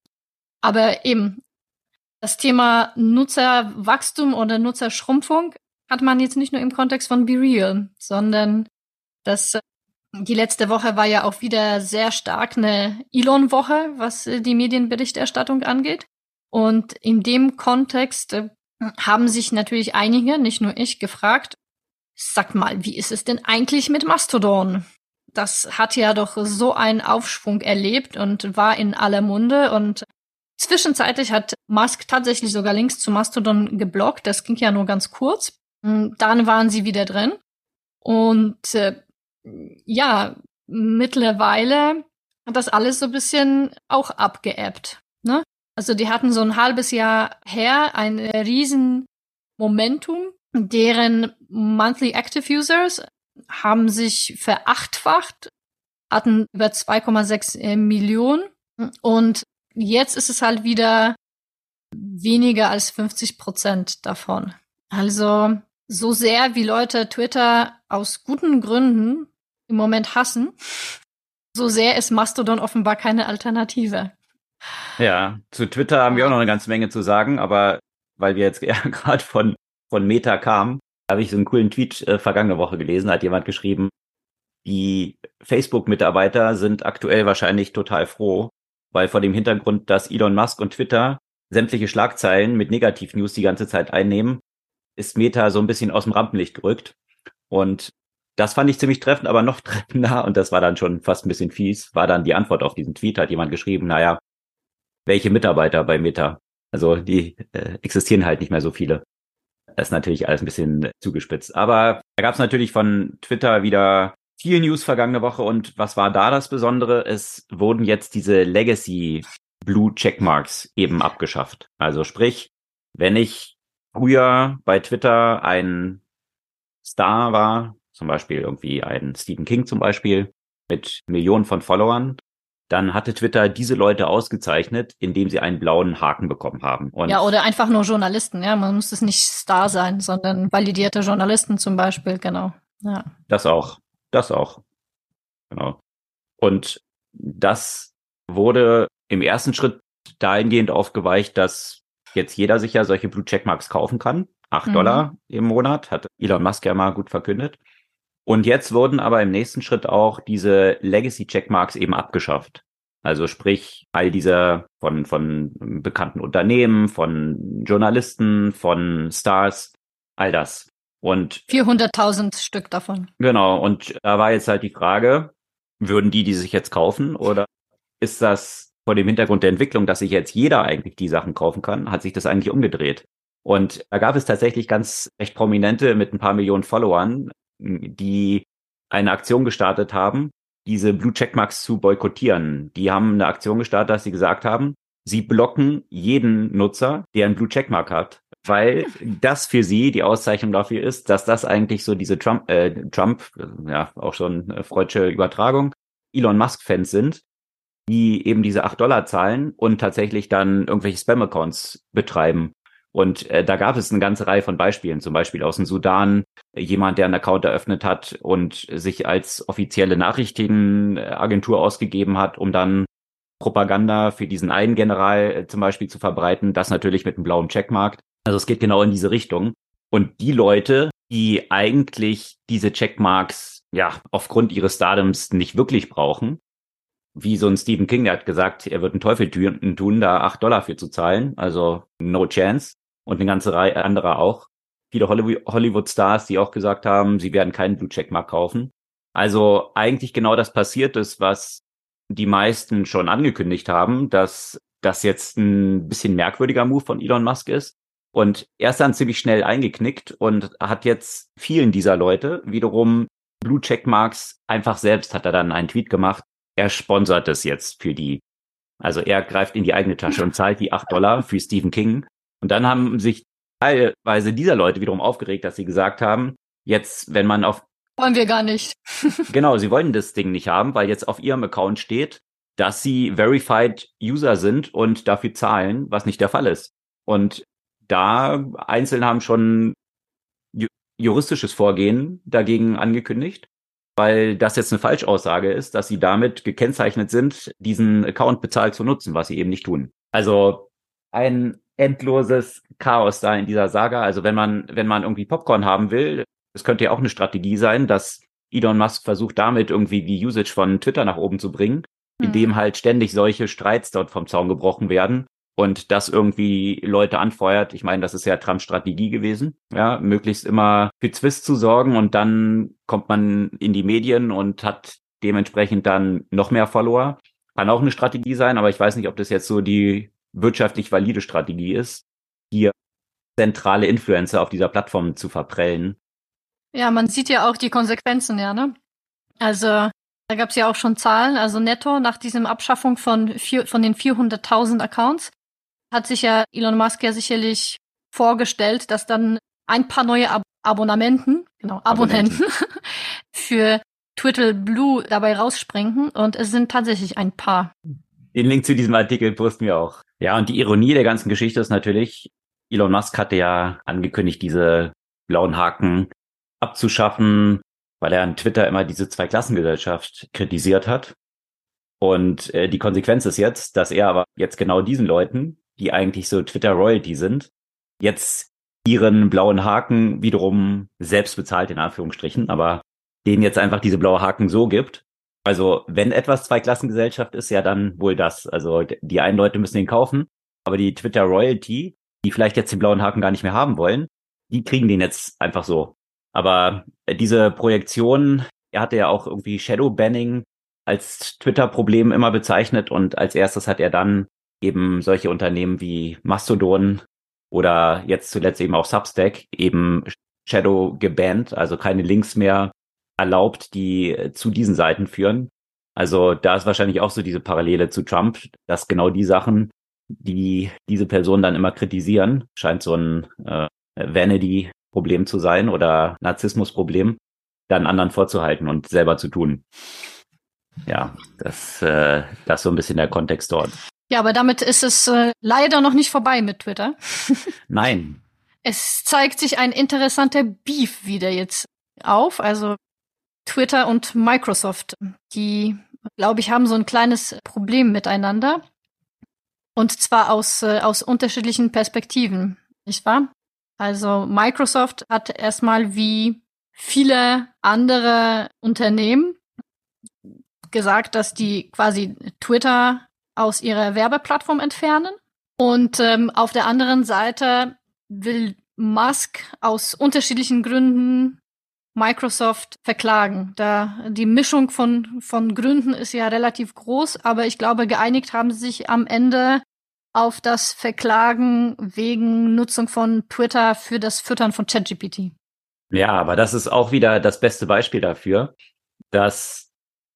Aber eben, das Thema Nutzerwachstum oder Nutzerschrumpfung hat man jetzt nicht nur im Kontext von BeReal, sondern das, die letzte Woche war ja auch wieder sehr stark eine Elon-Woche, was die Medienberichterstattung angeht. Und in dem Kontext haben sich natürlich einige, nicht nur ich, gefragt, sag mal, wie ist es denn eigentlich mit Mastodon? Das hat ja doch so einen Aufschwung erlebt und war in aller Munde und zwischenzeitlich hat Musk tatsächlich sogar Links zu Mastodon geblockt. Das ging ja nur ganz kurz. Dann waren sie wieder drin. Und äh, ja, mittlerweile hat das alles so ein bisschen auch abgeebbt, ne? Also die hatten so ein halbes Jahr her ein riesen Momentum. Deren Monthly Active Users haben sich verachtfacht, hatten über zwei Komma sechs Millionen und jetzt ist es halt wieder weniger als fünfzig Prozent davon. Also so sehr wie Leute Twitter aus guten Gründen im Moment hassen, so sehr ist Mastodon offenbar keine Alternative. Ja, zu Twitter haben wir auch noch eine ganze Menge zu sagen, aber weil wir jetzt ja gerade von von Meta kamen, habe ich so einen coolen Tweet äh, vergangene Woche gelesen, da hat jemand geschrieben, die Facebook-Mitarbeiter sind aktuell wahrscheinlich total froh, weil vor dem Hintergrund, dass Elon Musk und Twitter sämtliche Schlagzeilen mit Negativ-News die ganze Zeit einnehmen, ist Meta so ein bisschen aus dem Rampenlicht gerückt. Und das fand ich ziemlich treffend, aber noch treffender, und das war dann schon fast ein bisschen fies, war dann die Antwort auf diesen Tweet, hat jemand geschrieben, naja, welche Mitarbeiter bei Meta? Also die äh, existieren halt nicht mehr so viele. Das ist natürlich alles ein bisschen zugespitzt. Aber da gab es natürlich von Twitter wieder viel News vergangene Woche. Und was war da das Besondere? Es wurden jetzt diese Legacy Blue Checkmarks eben abgeschafft. Also sprich, wenn ich früher bei Twitter ein Star war, zum Beispiel irgendwie ein Stephen King zum Beispiel, mit Millionen von Followern, dann hatte Twitter diese Leute ausgezeichnet, indem sie einen blauen Haken bekommen haben. Und ja, oder einfach nur Journalisten, ja. Man muss es nicht Star sein, sondern validierte Journalisten zum Beispiel, genau. Ja. Das auch. Das auch. Genau. Und das wurde im ersten Schritt dahingehend aufgeweicht, dass jetzt jeder sich ja solche Blue Checkmarks kaufen kann. Acht mhm. Dollar im Monat, hat Elon Musk ja mal gut verkündet. Und jetzt wurden aber im nächsten Schritt auch diese Legacy-Checkmarks eben abgeschafft. Also sprich, all diese von von bekannten Unternehmen, von Journalisten, von Stars, all das. Und vierhunderttausend Stück davon. Genau, und da war jetzt halt die Frage, würden die die sich jetzt kaufen oder ist das vor dem Hintergrund der Entwicklung, dass sich jetzt jeder eigentlich die Sachen kaufen kann, hat sich das eigentlich umgedreht? Und da gab es tatsächlich ganz recht Prominente mit ein paar Millionen Followern, die eine Aktion gestartet haben, diese Blue Checkmarks zu boykottieren. Die haben eine Aktion gestartet, dass sie gesagt haben, sie blocken jeden Nutzer, der einen Blue Checkmark hat, weil das für sie die Auszeichnung dafür ist, dass das eigentlich so diese Trump, äh, Trump, ja auch schon eine freudsche Übertragung, Elon Musk-Fans sind, die eben diese acht Dollar zahlen und tatsächlich dann irgendwelche Spam-Accounts betreiben. Und äh, da gab es eine ganze Reihe von Beispielen, zum Beispiel aus dem Sudan, jemand, der einen Account eröffnet hat und sich als offizielle Nachrichtenagentur ausgegeben hat, um dann Propaganda für diesen einen General äh, zum Beispiel zu verbreiten, das natürlich mit einem blauen Checkmark. Also es geht genau in diese Richtung. Und die Leute, die eigentlich diese Checkmarks ja aufgrund ihres Stardoms nicht wirklich brauchen, wie so ein Stephen King, der hat gesagt, er wird einen Teufel tun, da acht Dollar für zu zahlen, also no chance. Und eine ganze Reihe anderer auch. Viele Hollywood-Stars, die auch gesagt haben, sie werden keinen Blue-Checkmark kaufen. Also eigentlich genau das passiert ist, was die meisten schon angekündigt haben, dass das jetzt ein bisschen merkwürdiger Move von Elon Musk ist. Und er ist dann ziemlich schnell eingeknickt und hat jetzt vielen dieser Leute wiederum Blue-Checkmarks einfach selbst, hat er dann einen Tweet gemacht. Er sponsert es jetzt für die. Also er greift in die eigene Tasche und zahlt die acht Dollar für Stephen King. Und dann haben sich teilweise dieser Leute wiederum aufgeregt, dass sie gesagt haben, jetzt, wenn man auf... Wollen wir gar nicht. Genau, sie wollen das Ding nicht haben, weil jetzt auf ihrem Account steht, dass sie Verified User sind und dafür zahlen, was nicht der Fall ist. Und da Einzelne haben schon ju- juristisches Vorgehen dagegen angekündigt, weil das jetzt eine Falschaussage ist, dass sie damit gekennzeichnet sind, diesen Account bezahlt zu nutzen, was sie eben nicht tun. Also ein endloses Chaos da in dieser Saga. Also wenn man, wenn man irgendwie Popcorn haben will, es könnte ja auch eine Strategie sein, dass Elon Musk versucht, damit irgendwie die Usage von Twitter nach oben zu bringen, mhm. indem halt ständig solche Streits dort vom Zaun gebrochen werden und das irgendwie Leute anfeuert. Ich meine, das ist ja Trumps Strategie gewesen, ja, möglichst immer für Zwist zu sorgen und dann kommt man in die Medien und hat dementsprechend dann noch mehr Follower. Kann auch eine Strategie sein, aber ich weiß nicht, ob das jetzt so die wirtschaftlich valide Strategie ist, hier zentrale Influencer auf dieser Plattform zu verprellen. Ja, man sieht ja auch die Konsequenzen, ja, ne? Also, da gab es ja auch schon Zahlen, also netto nach diesem Abschaffung von vier, von den vierhunderttausend Accounts hat sich ja Elon Musk ja sicherlich vorgestellt, dass dann ein paar neue Ab- Abonnenten, genau, Abonnenten, Abonnenten. für Twitter Blue dabei rausspringen und es sind tatsächlich ein paar. Den Link zu diesem Artikel posten wir auch. Ja, und die Ironie der ganzen Geschichte ist natürlich, Elon Musk hatte ja angekündigt, diese blauen Haken abzuschaffen, weil er an Twitter immer diese Zweiklassengesellschaft kritisiert hat. Und äh, die Konsequenz ist jetzt, dass er aber jetzt genau diesen Leuten, die eigentlich so Twitter-Royalty sind, jetzt ihren blauen Haken wiederum selbst bezahlt, in Anführungsstrichen, aber denen jetzt einfach diese blaue Haken so gibt. Also wenn etwas Zweiklassengesellschaft ist, ja dann wohl das. Also die einen Leute müssen den kaufen, aber die Twitter-Royalty, die vielleicht jetzt den blauen Haken gar nicht mehr haben wollen, die kriegen den jetzt einfach so. Aber diese Projektion, er hatte ja auch irgendwie Shadow-Banning als Twitter-Problem immer bezeichnet und als erstes hat er dann eben solche Unternehmen wie Mastodon oder jetzt zuletzt eben auch Substack eben Shadow gebannt, also keine Links mehr erlaubt, die zu diesen Seiten führen. Also da ist wahrscheinlich auch so diese Parallele zu Trump, dass genau die Sachen, die diese Personen dann immer kritisieren, scheint so ein äh, Vanity-Problem zu sein oder Narzissmus-Problem, dann anderen vorzuhalten und selber zu tun. Ja, das, äh, das ist so ein bisschen der Kontext dort. Ja, aber damit ist es äh, leider noch nicht vorbei mit Twitter. Nein. Es zeigt sich ein interessanter Beef wieder jetzt auf. Also Twitter und Microsoft, die, glaube ich, haben so ein kleines Problem miteinander. Und zwar aus, äh, aus unterschiedlichen Perspektiven, nicht wahr? Also Microsoft hat erstmal wie viele andere Unternehmen gesagt, dass die quasi Twitter aus ihrer Werbeplattform entfernen. Und ähm, auf der anderen Seite will Musk aus unterschiedlichen Gründen Microsoft verklagen. Da die Mischung von von Gründen ist ja relativ groß, aber ich glaube, geeinigt haben sie sich am Ende auf das Verklagen wegen Nutzung von Twitter für das Füttern von ChatGPT. Ja, aber das ist auch wieder das beste Beispiel dafür, dass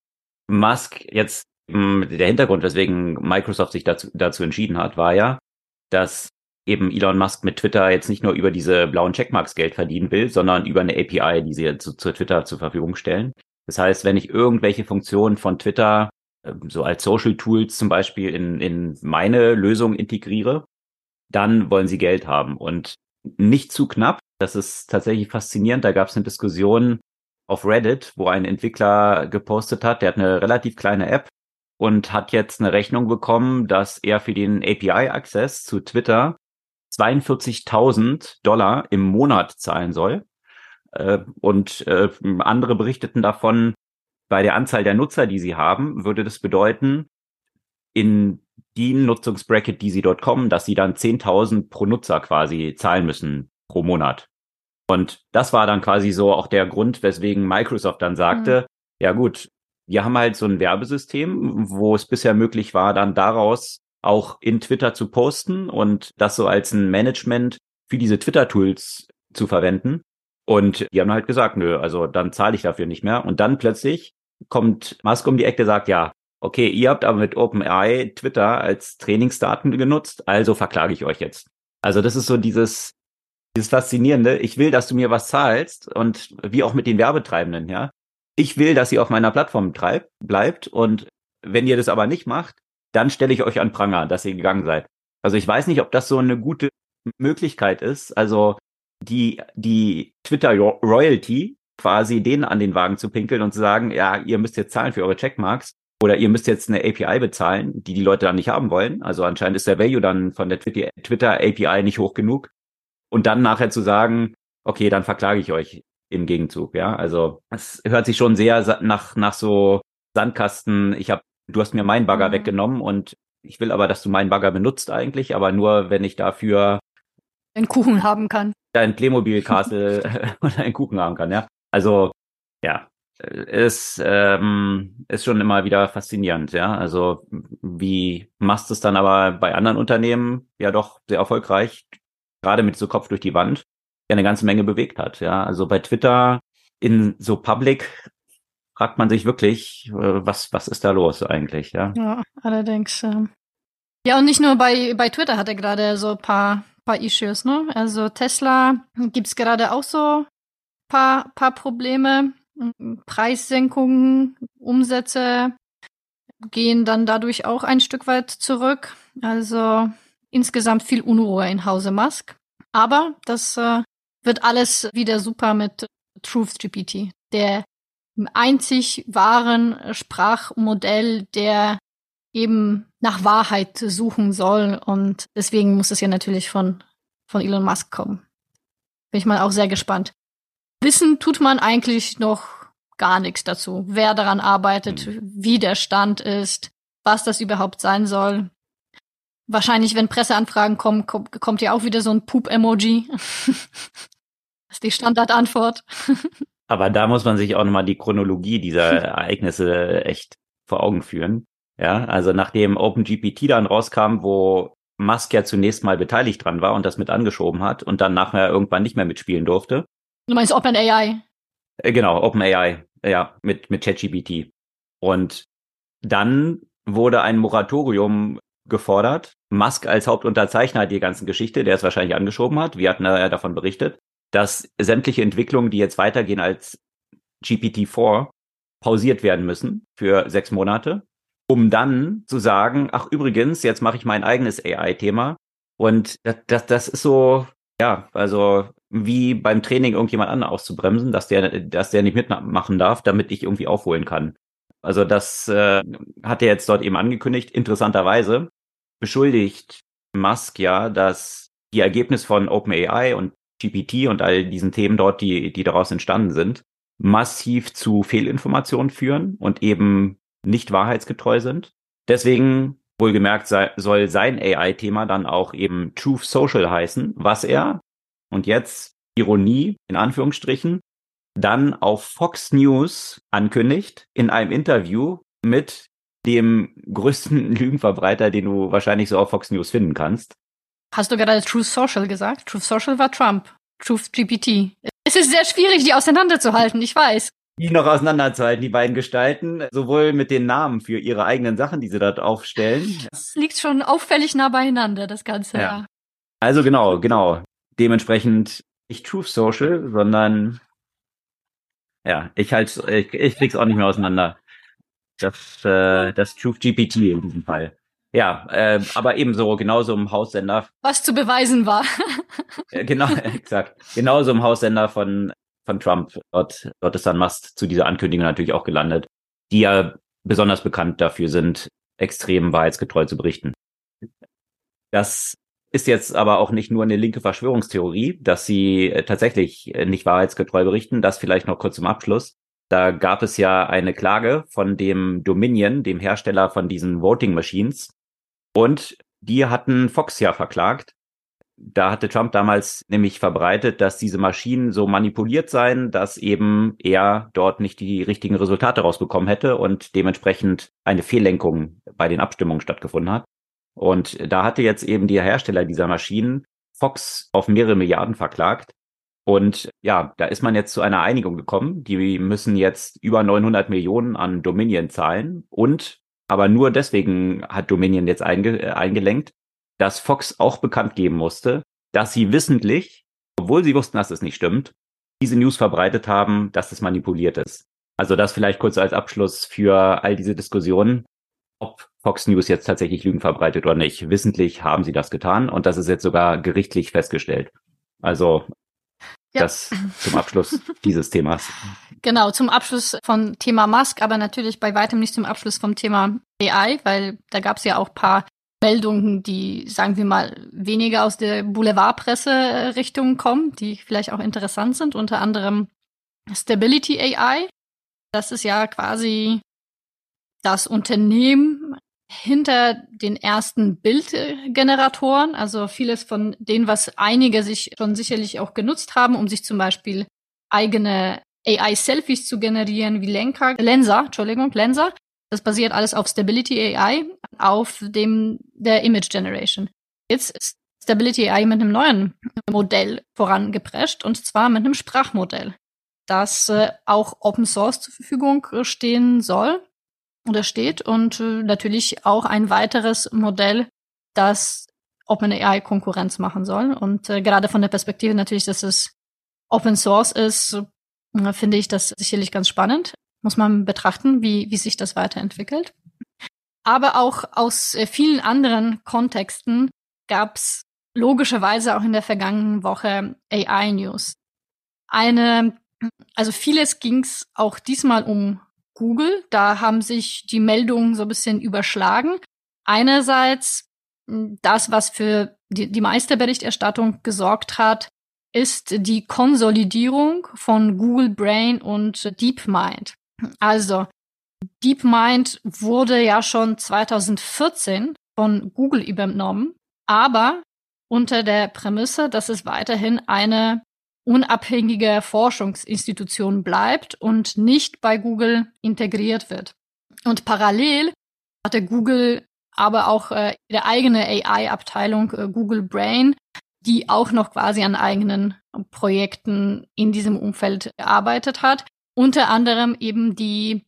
Musk jetzt, der Hintergrund, weswegen Microsoft sich dazu, dazu entschieden hat, war ja, dass eben Elon Musk mit Twitter jetzt nicht nur über diese blauen Checkmarks Geld verdienen will, sondern über eine A P I, die sie jetzt zu, zu Twitter zur Verfügung stellen. Das heißt, wenn ich irgendwelche Funktionen von Twitter, so als Social Tools zum Beispiel, in, in meine Lösung integriere, dann wollen sie Geld haben. Und nicht zu knapp, das ist tatsächlich faszinierend. Da gab es eine Diskussion auf Reddit, wo ein Entwickler gepostet hat, der hat eine relativ kleine App und hat jetzt eine Rechnung bekommen, dass er für den A P I-Access zu Twitter zweiundvierzigtausend Dollar im Monat zahlen soll. Äh, und äh, andere berichteten davon, bei der Anzahl der Nutzer, die sie haben, würde das bedeuten, in die Nutzungsbracket, die sie dort kommen, dass sie dann zehntausend pro Nutzer quasi zahlen müssen pro Monat. Und das war dann quasi so auch der Grund, weswegen Microsoft dann sagte, mhm. ja gut, wir haben halt so ein Werbesystem, wo es bisher möglich war, dann daraus auch in Twitter zu posten und das so als ein Management für diese Twitter-Tools zu verwenden. Und die haben halt gesagt, nö, also dann zahle ich dafür nicht mehr. Und dann plötzlich kommt Musk um die Ecke, sagt, ja, okay, ihr habt aber mit OpenAI Twitter als Trainingsdaten genutzt, also verklage ich euch jetzt. Also das ist so dieses, dieses Faszinierende. Ich will, dass du mir was zahlst und wie auch mit den Werbetreibenden, ja. Ich will, dass ihr auf meiner Plattform treibt, bleibt und wenn ihr das aber nicht macht, dann stelle ich euch an Pranger, dass ihr gegangen seid. Also ich weiß nicht, ob das so eine gute Möglichkeit ist, also die, die Twitter-Royalty quasi denen an den Wagen zu pinkeln und zu sagen, ja, ihr müsst jetzt zahlen für eure Checkmarks oder ihr müsst jetzt eine A P I bezahlen, die die Leute dann nicht haben wollen. Also anscheinend ist der Value dann von der Twitter-A P I nicht hoch genug. Und dann nachher zu sagen, okay, dann verklage ich euch im Gegenzug, ja. Also es hört sich schon sehr nach nach so Sandkasten, ich habe, du hast mir meinen Bagger mhm. weggenommen und ich will aber, dass du meinen Bagger benutzt eigentlich, aber nur, wenn ich dafür einen Kuchen haben kann. Ein Playmobil-Castle oder einen Kuchen haben kann, ja. Also, ja, ist, ähm, ist schon immer wieder faszinierend, ja. Also, wie machst du es dann aber bei anderen Unternehmen ja doch sehr erfolgreich, gerade mit so Kopf durch die Wand, ja eine ganze Menge bewegt hat, ja. Also bei Twitter in so Public fragt man sich wirklich, was, was ist da los eigentlich, ja. Ja, allerdings. Ähm ja, und nicht nur bei, bei Twitter hat er gerade so ein paar, paar Issues, ne? Also Tesla gibt's gerade auch so paar, paar Probleme. Preissenkungen, Umsätze gehen dann dadurch auch ein Stück weit zurück. Also insgesamt viel Unruhe in Hause Musk. Aber das äh, wird alles wieder super mit TruthGPT, der einzig wahren Sprachmodell, der eben nach Wahrheit suchen soll. Und deswegen muss es ja natürlich von, von Elon Musk kommen. Bin ich mal auch sehr gespannt. Wissen tut man eigentlich noch gar nichts dazu. Wer daran arbeitet, mhm. wie der Stand ist, was das überhaupt sein soll. Wahrscheinlich, wenn Presseanfragen kommen, kommt, kommt ja auch wieder so ein Poop-Emoji. Das ist die Standardantwort. Aber da muss man sich auch nochmal die Chronologie dieser Ereignisse echt vor Augen führen. Ja, also nachdem OpenGPT dann rauskam, wo Musk ja zunächst mal beteiligt dran war und das mit angeschoben hat und dann nachher irgendwann nicht mehr mitspielen durfte. Du meinst OpenAI? Äh, genau, OpenAI, ja, mit, mit ChatGPT. Und dann wurde ein Moratorium gefordert. Musk als Hauptunterzeichner die ganzen Geschichte, der es wahrscheinlich angeschoben hat. Wir hatten ja davon berichtet, dass sämtliche Entwicklungen, die jetzt weitergehen als G P T vier, pausiert werden müssen für sechs Monate, um dann zu sagen, ach übrigens, jetzt mache ich mein eigenes A I-Thema. Und das, das, das ist so, ja, also wie beim Training irgendjemand anderen auszubremsen, dass der, dass der nicht mitmachen darf, damit ich irgendwie aufholen kann. Also das äh, hat er jetzt dort eben angekündigt. Interessanterweise beschuldigt Musk ja, dass die Ergebnisse von OpenAI und G P T und all diesen Themen dort, die, die daraus entstanden sind, massiv zu Fehlinformationen führen und eben nicht wahrheitsgetreu sind. Deswegen, wohlgemerkt, sei, soll sein A I-Thema dann auch eben Truth Social heißen, was er, und jetzt Ironie in Anführungsstrichen, dann auf Fox News ankündigt in einem Interview mit dem größten Lügenverbreiter, den du wahrscheinlich so auf Fox News finden kannst. Hast du gerade Truth Social gesagt? Truth Social war Trump. Truth G P T. Es ist sehr schwierig, die auseinanderzuhalten, ich weiß. Die noch auseinanderzuhalten, die beiden Gestalten, sowohl mit den Namen für ihre eigenen Sachen, die sie dort aufstellen. Das liegt schon auffällig nah beieinander, das Ganze. Ja. Also genau, genau. Dementsprechend nicht Truth Social, sondern ja, ich halt, ich, ich krieg's auch nicht mehr auseinander. Das, äh, das Truth G P T in diesem Fall. Ja, äh, aber ebenso, genauso im Haussender. Was zu beweisen war. Äh, genau, exakt. Genauso im Haussender von, von Trump. Dort, dort ist dann Musk zu dieser Ankündigung natürlich auch gelandet, die ja besonders bekannt dafür sind, extrem wahrheitsgetreu zu berichten. Das ist jetzt aber auch nicht nur eine linke Verschwörungstheorie, dass sie äh, tatsächlich äh, nicht wahrheitsgetreu berichten. Das vielleicht noch kurz zum Abschluss. Da gab es ja eine Klage von dem Dominion, dem Hersteller von diesen Voting Machines. Und die hatten Fox ja verklagt. Da hatte Trump damals nämlich verbreitet, dass diese Maschinen so manipuliert seien, dass eben er dort nicht die richtigen Resultate rausbekommen hätte und dementsprechend eine Fehllenkung bei den Abstimmungen stattgefunden hat. Und da hatte jetzt eben der Hersteller dieser Maschinen Fox auf mehrere Milliarden verklagt. Und ja, da ist man jetzt zu einer Einigung gekommen. Die müssen jetzt über neunhundert Millionen an Dominion zahlen. Und aber nur deswegen hat Dominion jetzt einge, äh, eingelenkt, dass Fox auch bekannt geben musste, dass sie wissentlich, obwohl sie wussten, dass es nicht stimmt, diese News verbreitet haben, dass es manipuliert ist. Also das vielleicht kurz als Abschluss für all diese Diskussionen, ob Fox News jetzt tatsächlich Lügen verbreitet oder nicht. Wissentlich haben sie das getan und das ist jetzt sogar gerichtlich festgestellt. Also ja. Das zum Abschluss dieses Themas. Genau, zum Abschluss von Thema Musk, aber natürlich bei weitem nicht zum Abschluss vom Thema A I, weil da gab es ja auch paar Meldungen, die, sagen wir mal, weniger aus der Boulevardpresse-Richtung kommen, die vielleicht auch interessant sind, unter anderem Stability A I. Das ist ja quasi das Unternehmen hinter den ersten Bildgeneratoren, also vieles von denen, was einige sich schon sicherlich auch genutzt haben, um sich zum Beispiel eigene A I-Selfies zu generieren, wie Lenker, Lensa, Entschuldigung, Lensa. Das basiert alles auf Stability A I, auf dem der Image Generation. Jetzt ist Stability A I mit einem neuen Modell vorangeprescht, und zwar mit einem Sprachmodell, das äh, auch Open Source zur Verfügung stehen soll oder steht, und äh, natürlich auch ein weiteres Modell, das OpenAI Konkurrenz machen soll. Und äh, gerade von der Perspektive natürlich, dass es Open Source ist, äh, finde ich das sicherlich ganz spannend. Muss man betrachten, wie, wie sich das weiterentwickelt. Aber auch aus äh, vielen anderen Kontexten gab es logischerweise auch in der vergangenen Woche A I-News. Eine, also vieles ging es auch diesmal um Google. Da haben sich die Meldungen so ein bisschen überschlagen. Einerseits das, was für die, die meiste Berichterstattung gesorgt hat, ist die Konsolidierung von Google Brain und DeepMind. Also DeepMind wurde ja schon zweitausendvierzehn von Google übernommen, aber unter der Prämisse, dass es weiterhin eine unabhängige Forschungsinstitution bleibt und nicht bei Google integriert wird. Und parallel hatte Google aber auch äh, ihre eigene A I-Abteilung äh, Google Brain, die auch noch quasi an eigenen Projekten in diesem Umfeld gearbeitet hat. Unter anderem eben die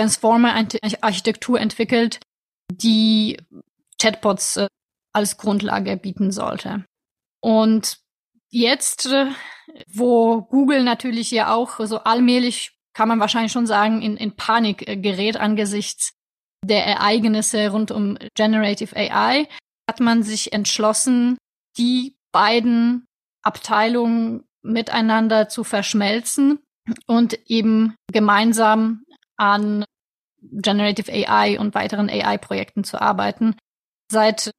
Transformer-Architektur entwickelt, die Chatbots äh, als Grundlage bieten sollte. Und jetzt, äh, wo Google natürlich ja auch so allmählich, kann man wahrscheinlich schon sagen, in, in Panik äh, gerät angesichts der Ereignisse rund um Generative A I, hat man sich entschlossen, die beiden Abteilungen miteinander zu verschmelzen und eben gemeinsam an Generative A I und weiteren A I-Projekten zu arbeiten. Seit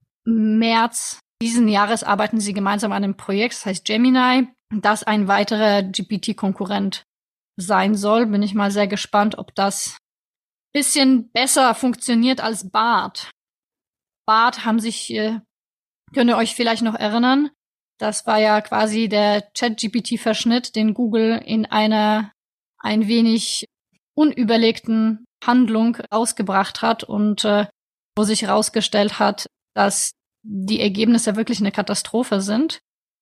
März diesen Jahres arbeiten sie gemeinsam an einem Projekt, das heißt Gemini, das ein weiterer G P T-Konkurrent sein soll. Bin ich mal sehr gespannt, ob das bisschen besser funktioniert als Bard. Bard haben sich, äh, könnt ihr euch vielleicht noch erinnern, das war ja quasi der Chat-G P T-Verschnitt, den Google in einer ein wenig unüberlegten Handlung ausgebracht hat und äh, wo sich herausgestellt hat, dass die Ergebnisse wirklich eine Katastrophe sind.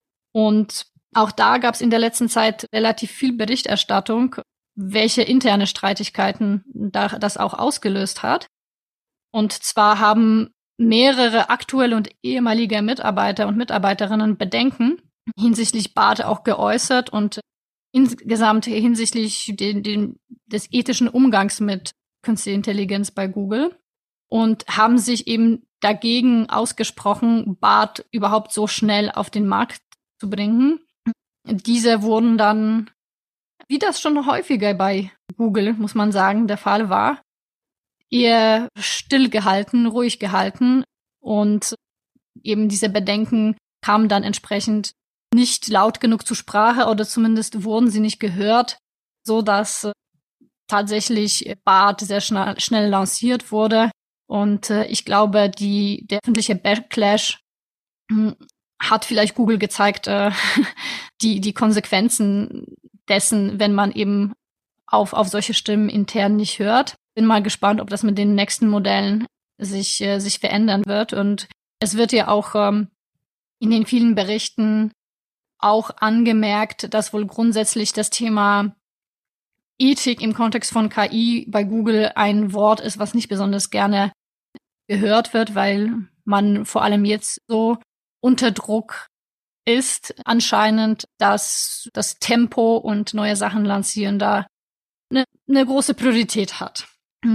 Und auch da gab es in der letzten Zeit relativ viel Berichterstattung, welche interne Streitigkeiten da das auch ausgelöst hat. Und zwar haben mehrere aktuelle und ehemalige Mitarbeiter und Mitarbeiterinnen Bedenken hinsichtlich Bard auch geäußert und insgesamt hinsichtlich den, den, des ethischen Umgangs mit künstlicher Intelligenz bei Google und haben sich eben dagegen ausgesprochen, Bard überhaupt so schnell auf den Markt zu bringen. Diese wurden dann, wie das schon häufiger bei Google, muss man sagen, der Fall war, eher stillgehalten, ruhig gehalten und eben diese Bedenken kamen dann entsprechend nicht laut genug zur Sprache oder zumindest wurden sie nicht gehört, so dass tatsächlich Bard sehr schnell, schnell lanciert wurde. Und äh, ich glaube, die, der öffentliche Backlash mh, hat vielleicht Google gezeigt, äh, die, die Konsequenzen dessen, wenn man eben auf, auf solche Stimmen intern nicht hört. Bin mal gespannt, ob das mit den nächsten Modellen sich, äh, sich verändern wird. Und es wird ja auch ähm, in den vielen Berichten auch angemerkt, dass wohl grundsätzlich das Thema Ethik im Kontext von K I bei Google ein Wort ist, was nicht besonders gerne gehört wird, weil man vor allem jetzt so unter Druck ist, anscheinend, dass das Tempo und neue Sachen lancieren da eine, eine große Priorität hat.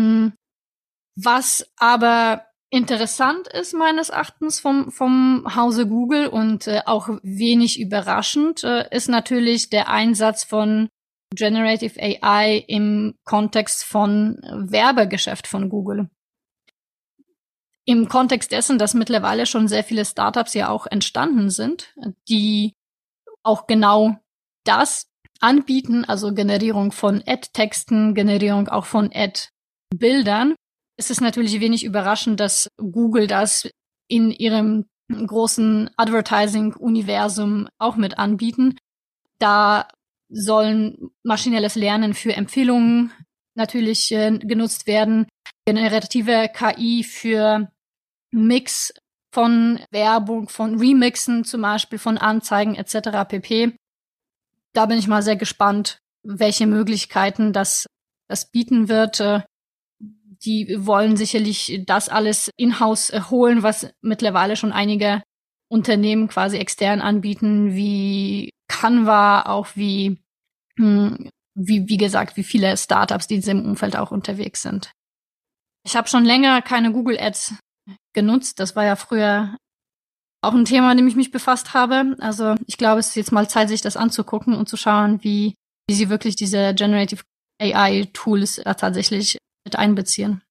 Was aber interessant ist meines Erachtens vom, vom Hause Google und äh, auch wenig überraschend, äh, ist natürlich der Einsatz von Generative A I im Kontext von Werbegeschäft von Google. Im Kontext dessen, dass mittlerweile schon sehr viele Startups ja auch entstanden sind, die auch genau das anbieten, also Generierung von Ad-Texten, Generierung auch von Ad-Bildern. Es ist natürlich wenig überraschend, dass Google das in ihrem großen Advertising-Universum auch mit anbieten. Da sollen maschinelles Lernen für Empfehlungen natürlich äh, genutzt werden, generative K I für Mix von Werbung, von Remixen zum Beispiel, von Anzeigen et cetera pp. Da bin ich mal sehr gespannt, welche Möglichkeiten das, das bieten wird. Die wollen sicherlich das alles in-house holen, was mittlerweile schon einige Unternehmen quasi extern anbieten, wie Canva, auch wie, wie, wie gesagt, wie viele Startups, die in diesem Umfeld auch unterwegs sind. Ich habe schon länger keine Google Ads genutzt. Das war ja früher auch ein Thema, mit dem ich mich befasst habe. Also ich glaube, es ist jetzt mal Zeit, sich das anzugucken und zu schauen, wie, wie sie wirklich diese Generative A I-Tools da tatsächlich mit einbeziehen.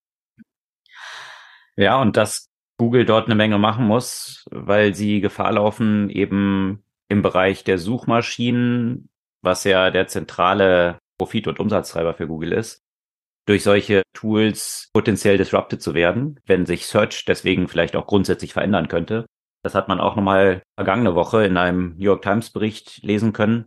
Ja, und dass Google dort eine Menge machen muss, weil sie Gefahr laufen, eben im Bereich der Suchmaschinen, was ja der zentrale Profit- und Umsatztreiber für Google ist, durch solche Tools potenziell disrupted zu werden, wenn sich Search deswegen vielleicht auch grundsätzlich verändern könnte. Das hat man auch nochmal vergangene Woche in einem New York Times Bericht lesen können.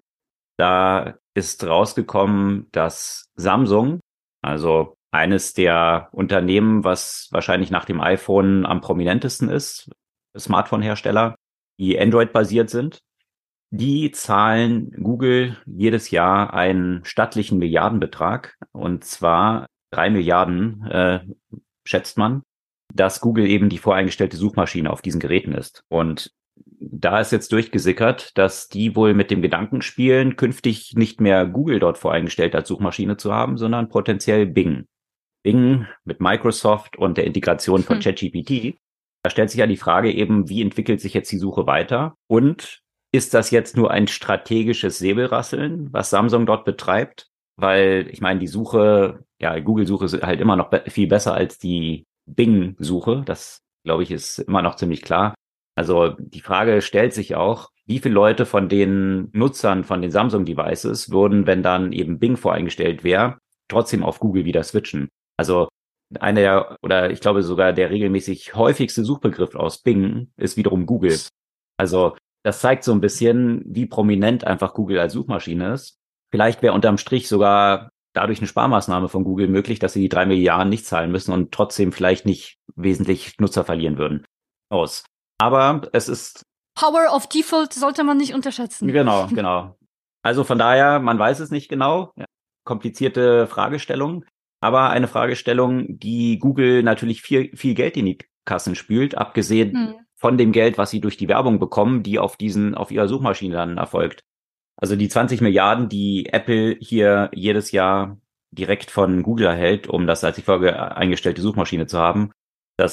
Da ist rausgekommen, dass Samsung, also eines der Unternehmen, was wahrscheinlich nach dem iPhone am prominentesten ist, Smartphone-Hersteller, die Android-basiert sind, die zahlen Google jedes Jahr einen stattlichen Milliardenbetrag, und zwar drei Milliarden, äh, schätzt man, dass Google eben die voreingestellte Suchmaschine auf diesen Geräten ist. Und da ist jetzt durchgesickert, dass die wohl mit dem Gedanken spielen, künftig nicht mehr Google dort voreingestellt als Suchmaschine zu haben, sondern potenziell Bing. Bing mit Microsoft und der Integration von hm. ChatGPT. Da stellt sich ja die Frage eben, wie entwickelt sich jetzt die Suche weiter? Und ist das jetzt nur ein strategisches Säbelrasseln, was Samsung dort betreibt? Weil, ich meine, die Suche, ja, Google-Suche ist halt immer noch be- viel besser als die Bing-Suche. Das, glaube ich, ist immer noch ziemlich klar. Also die Frage stellt sich auch, wie viele Leute von den Nutzern von den Samsung-Devices würden, wenn dann eben Bing voreingestellt wäre, trotzdem auf Google wieder switchen? Also einer der, oder ich glaube sogar der regelmäßig häufigste Suchbegriff aus Bing ist wiederum Google. Also das zeigt so ein bisschen, wie prominent einfach Google als Suchmaschine ist. Vielleicht wäre unterm Strich sogar dadurch eine Sparmaßnahme von Google möglich, dass sie die drei Milliarden nicht zahlen müssen und trotzdem vielleicht nicht wesentlich Nutzer verlieren würden. Aus. Aber es ist... Power of Default sollte man nicht unterschätzen. Genau, genau. Also von daher, man weiß es nicht genau. Ja, komplizierte Fragestellung. Aber eine Fragestellung, die Google natürlich viel, viel Geld in die Kassen spült, abgesehen hm. von dem Geld, was sie durch die Werbung bekommen, die auf diesen, auf ihrer Suchmaschine dann erfolgt. Also die zwanzig Milliarden, die Apple hier jedes Jahr direkt von Google erhält, um das als die voreingestellte Suchmaschine zu haben, das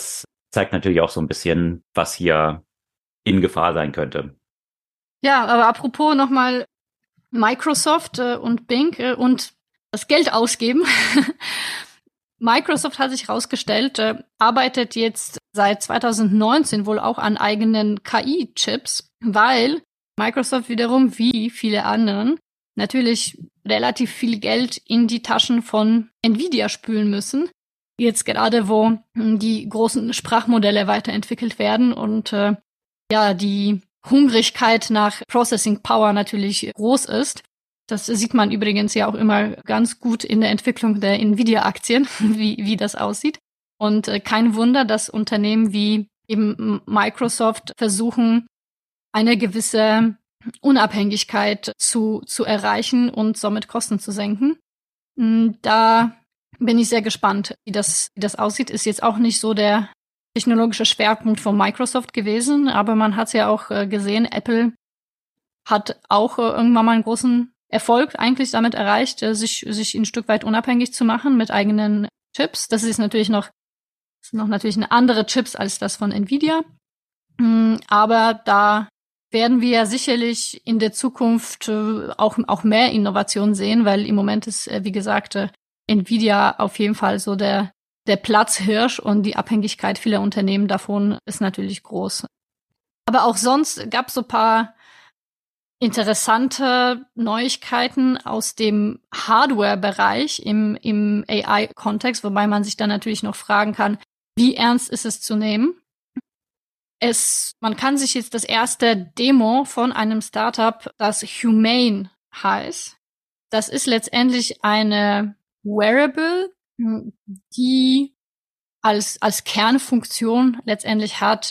zeigt natürlich auch so ein bisschen, was hier in Gefahr sein könnte. Ja, aber apropos nochmal Microsoft äh, und Bing äh, und das Geld ausgeben. Microsoft hat sich herausgestellt, äh, arbeitet jetzt seit zwanzig neunzehn wohl auch an eigenen K I-Chips, weil Microsoft wiederum, wie viele anderen, natürlich relativ viel Geld in die Taschen von Nvidia spülen müssen. Jetzt gerade, wo die großen Sprachmodelle weiterentwickelt werden und äh, ja, die Hungrigkeit nach Processing Power natürlich groß ist. Das sieht man übrigens ja auch immer ganz gut in der Entwicklung der Nvidia-Aktien, wie, wie das aussieht. Und äh, kein Wunder, dass Unternehmen wie eben Microsoft versuchen, eine gewisse Unabhängigkeit zu, zu erreichen und somit Kosten zu senken. Da bin ich sehr gespannt, wie das, wie das aussieht. Ist jetzt auch nicht so der technologische Schwerpunkt von Microsoft gewesen, aber man hat es ja auch äh, gesehen, Apple hat auch äh, irgendwann mal einen großen Erfolg eigentlich damit erreicht, äh, sich, sich ein Stück weit unabhängig zu machen mit eigenen Chips. Das ist natürlich noch, das sind noch natürlich eine andere Chips als das von Nvidia. Mhm, aber da werden wir sicherlich in der Zukunft äh, auch, auch mehr Innovation sehen, weil im Moment ist, äh, wie gesagt, äh, Nvidia auf jeden Fall so der, der Platzhirsch und die Abhängigkeit vieler Unternehmen davon ist natürlich groß. Aber auch sonst gab es so ein paar interessante Neuigkeiten aus dem Hardware-Bereich im, im A I-Kontext, wobei man sich dann natürlich noch fragen kann, wie ernst ist es zu nehmen? Es, man kann sich jetzt das erste Demo von einem Startup, das Humane heißt. Das ist letztendlich eine Wearable, die als, als Kernfunktion letztendlich hat,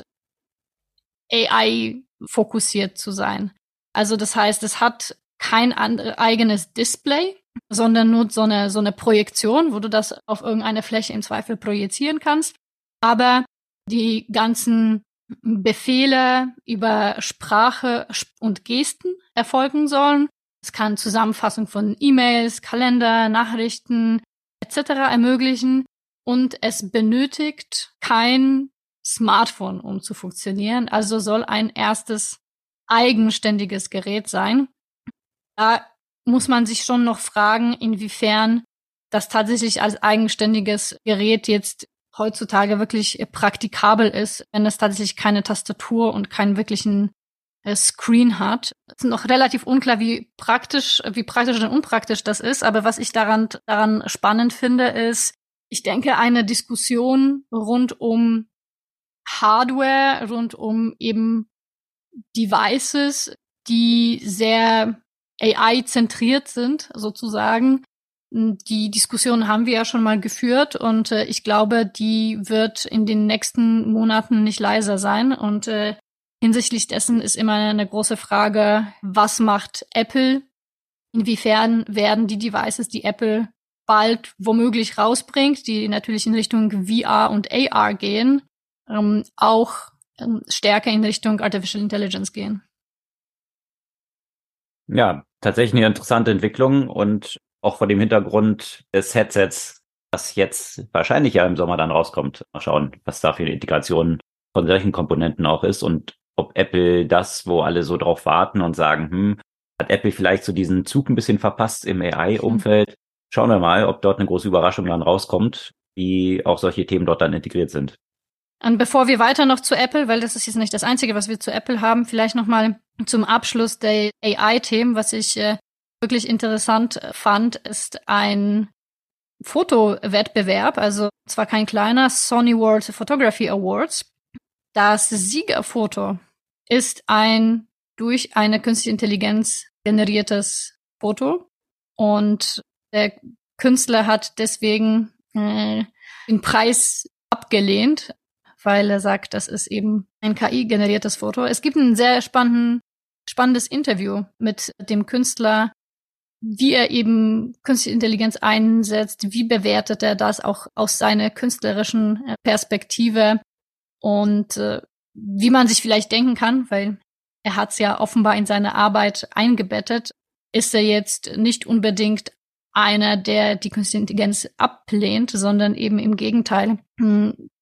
A I-fokussiert zu sein. Also das heißt, es hat kein andere, eigenes Display, sondern nur so eine, so eine Projektion, wo du das auf irgendeine Fläche im Zweifel projizieren kannst. Aber die ganzen Befehle über Sprache und Gesten erfolgen sollen. Es kann Zusammenfassung von E-Mails, Kalender, Nachrichten et cetera ermöglichen. Und es benötigt kein Smartphone, um zu funktionieren. Also soll ein erstes eigenständiges Gerät sein. Da muss man sich schon noch fragen, inwiefern das tatsächlich als eigenständiges Gerät jetzt heutzutage wirklich praktikabel ist, wenn es tatsächlich keine Tastatur und keinen wirklichen äh, Screen hat. Es ist noch relativ unklar, wie praktisch, wie praktisch und unpraktisch das ist. Aber was ich daran, daran spannend finde, ist, ich denke, eine Diskussion rund um Hardware, rund um eben Devices, die sehr A I-zentriert sind, sozusagen. Die Diskussion haben wir ja schon mal geführt und äh, ich glaube, die wird in den nächsten Monaten nicht leiser sein. Und äh, hinsichtlich dessen ist immer eine große Frage, was macht Apple? Inwiefern werden die Devices, die Apple bald womöglich rausbringt, die natürlich in Richtung V R und A R gehen, ähm, auch ähm, stärker in Richtung Artificial Intelligence gehen? Ja, tatsächlich eine interessante Entwicklung und auch vor dem Hintergrund des Headsets, das jetzt wahrscheinlich ja im Sommer dann rauskommt. Mal schauen, was da für eine Integration von solchen Komponenten auch ist und ob Apple das, wo alle so drauf warten und sagen, hm, hat Apple vielleicht so diesen Zug ein bisschen verpasst im A I-Umfeld. Hm. Schauen wir mal, ob dort eine große Überraschung dann rauskommt, wie auch solche Themen dort dann integriert sind. Und bevor wir weiter noch zu Apple, weil das ist jetzt nicht das Einzige, was wir zu Apple haben, vielleicht nochmal zum Abschluss der A I-Themen, was ich äh, wirklich interessant fand, ist ein Fotowettbewerb, also zwar kein kleiner, Sony World Photography Awards. Das Siegerfoto ist ein durch eine künstliche Intelligenz generiertes Foto und der Künstler hat deswegen äh, den Preis abgelehnt, weil er sagt, das ist eben ein K I-generiertes Foto. Es gibt ein sehr spannenden, spannendes Interview mit dem Künstler, wie er eben künstliche Intelligenz einsetzt, wie bewertet er das auch aus seiner künstlerischen Perspektive und äh, wie man sich vielleicht denken kann, weil er hat es ja offenbar in seine Arbeit eingebettet, ist er jetzt nicht unbedingt einer, der die künstliche Intelligenz ablehnt, sondern eben im Gegenteil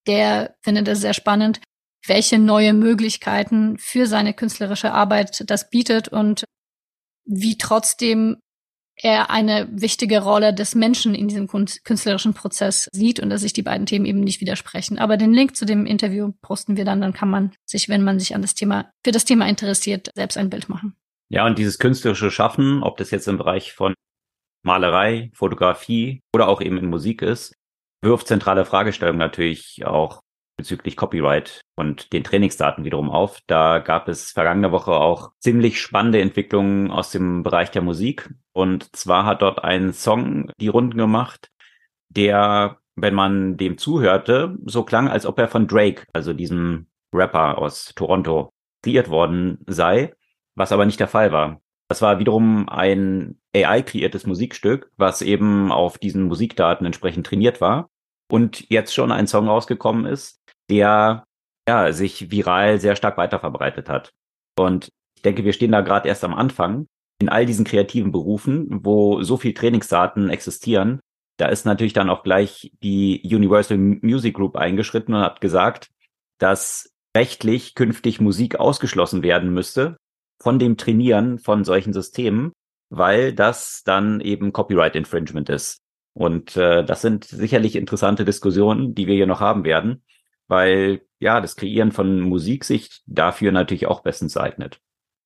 der findet es sehr spannend, welche neue Möglichkeiten für seine künstlerische Arbeit das bietet und wie trotzdem er eine wichtige Rolle des Menschen in diesem künstlerischen Prozess sieht und dass sich die beiden Themen eben nicht widersprechen. Aber den Link zu dem Interview posten wir dann, dann kann man sich, wenn man sich an das Thema, für das Thema interessiert, selbst ein Bild machen. Ja, und dieses künstlerische Schaffen, ob das jetzt im Bereich von Malerei, Fotografie oder auch eben in Musik ist, wirft zentrale Fragestellungen natürlich auch bezüglich Copyright und den Trainingsdaten wiederum auf. Da gab es vergangene Woche auch ziemlich spannende Entwicklungen aus dem Bereich der Musik. Und zwar hat dort ein Song die Runden gemacht, der, wenn man dem zuhörte, so klang, als ob er von Drake, also diesem Rapper aus Toronto, kreiert worden sei, was aber nicht der Fall war. Das war wiederum ein A I-kreiertes Musikstück, was eben auf diesen Musikdaten entsprechend trainiert war und jetzt schon ein Song rausgekommen ist, der ja sich viral sehr stark weiterverbreitet hat. Und ich denke, wir stehen da gerade erst am Anfang in all diesen kreativen Berufen, wo so viel Trainingsdaten existieren. Da ist natürlich dann auch gleich die Universal Music Group eingeschritten und hat gesagt, dass rechtlich künftig Musik ausgeschlossen werden müsste von dem Trainieren von solchen Systemen, weil das dann eben Copyright Infringement ist. Und äh, das sind sicherlich interessante Diskussionen, die wir hier noch haben werden, weil ja das Kreieren von Musik sich dafür natürlich auch bestens eignet.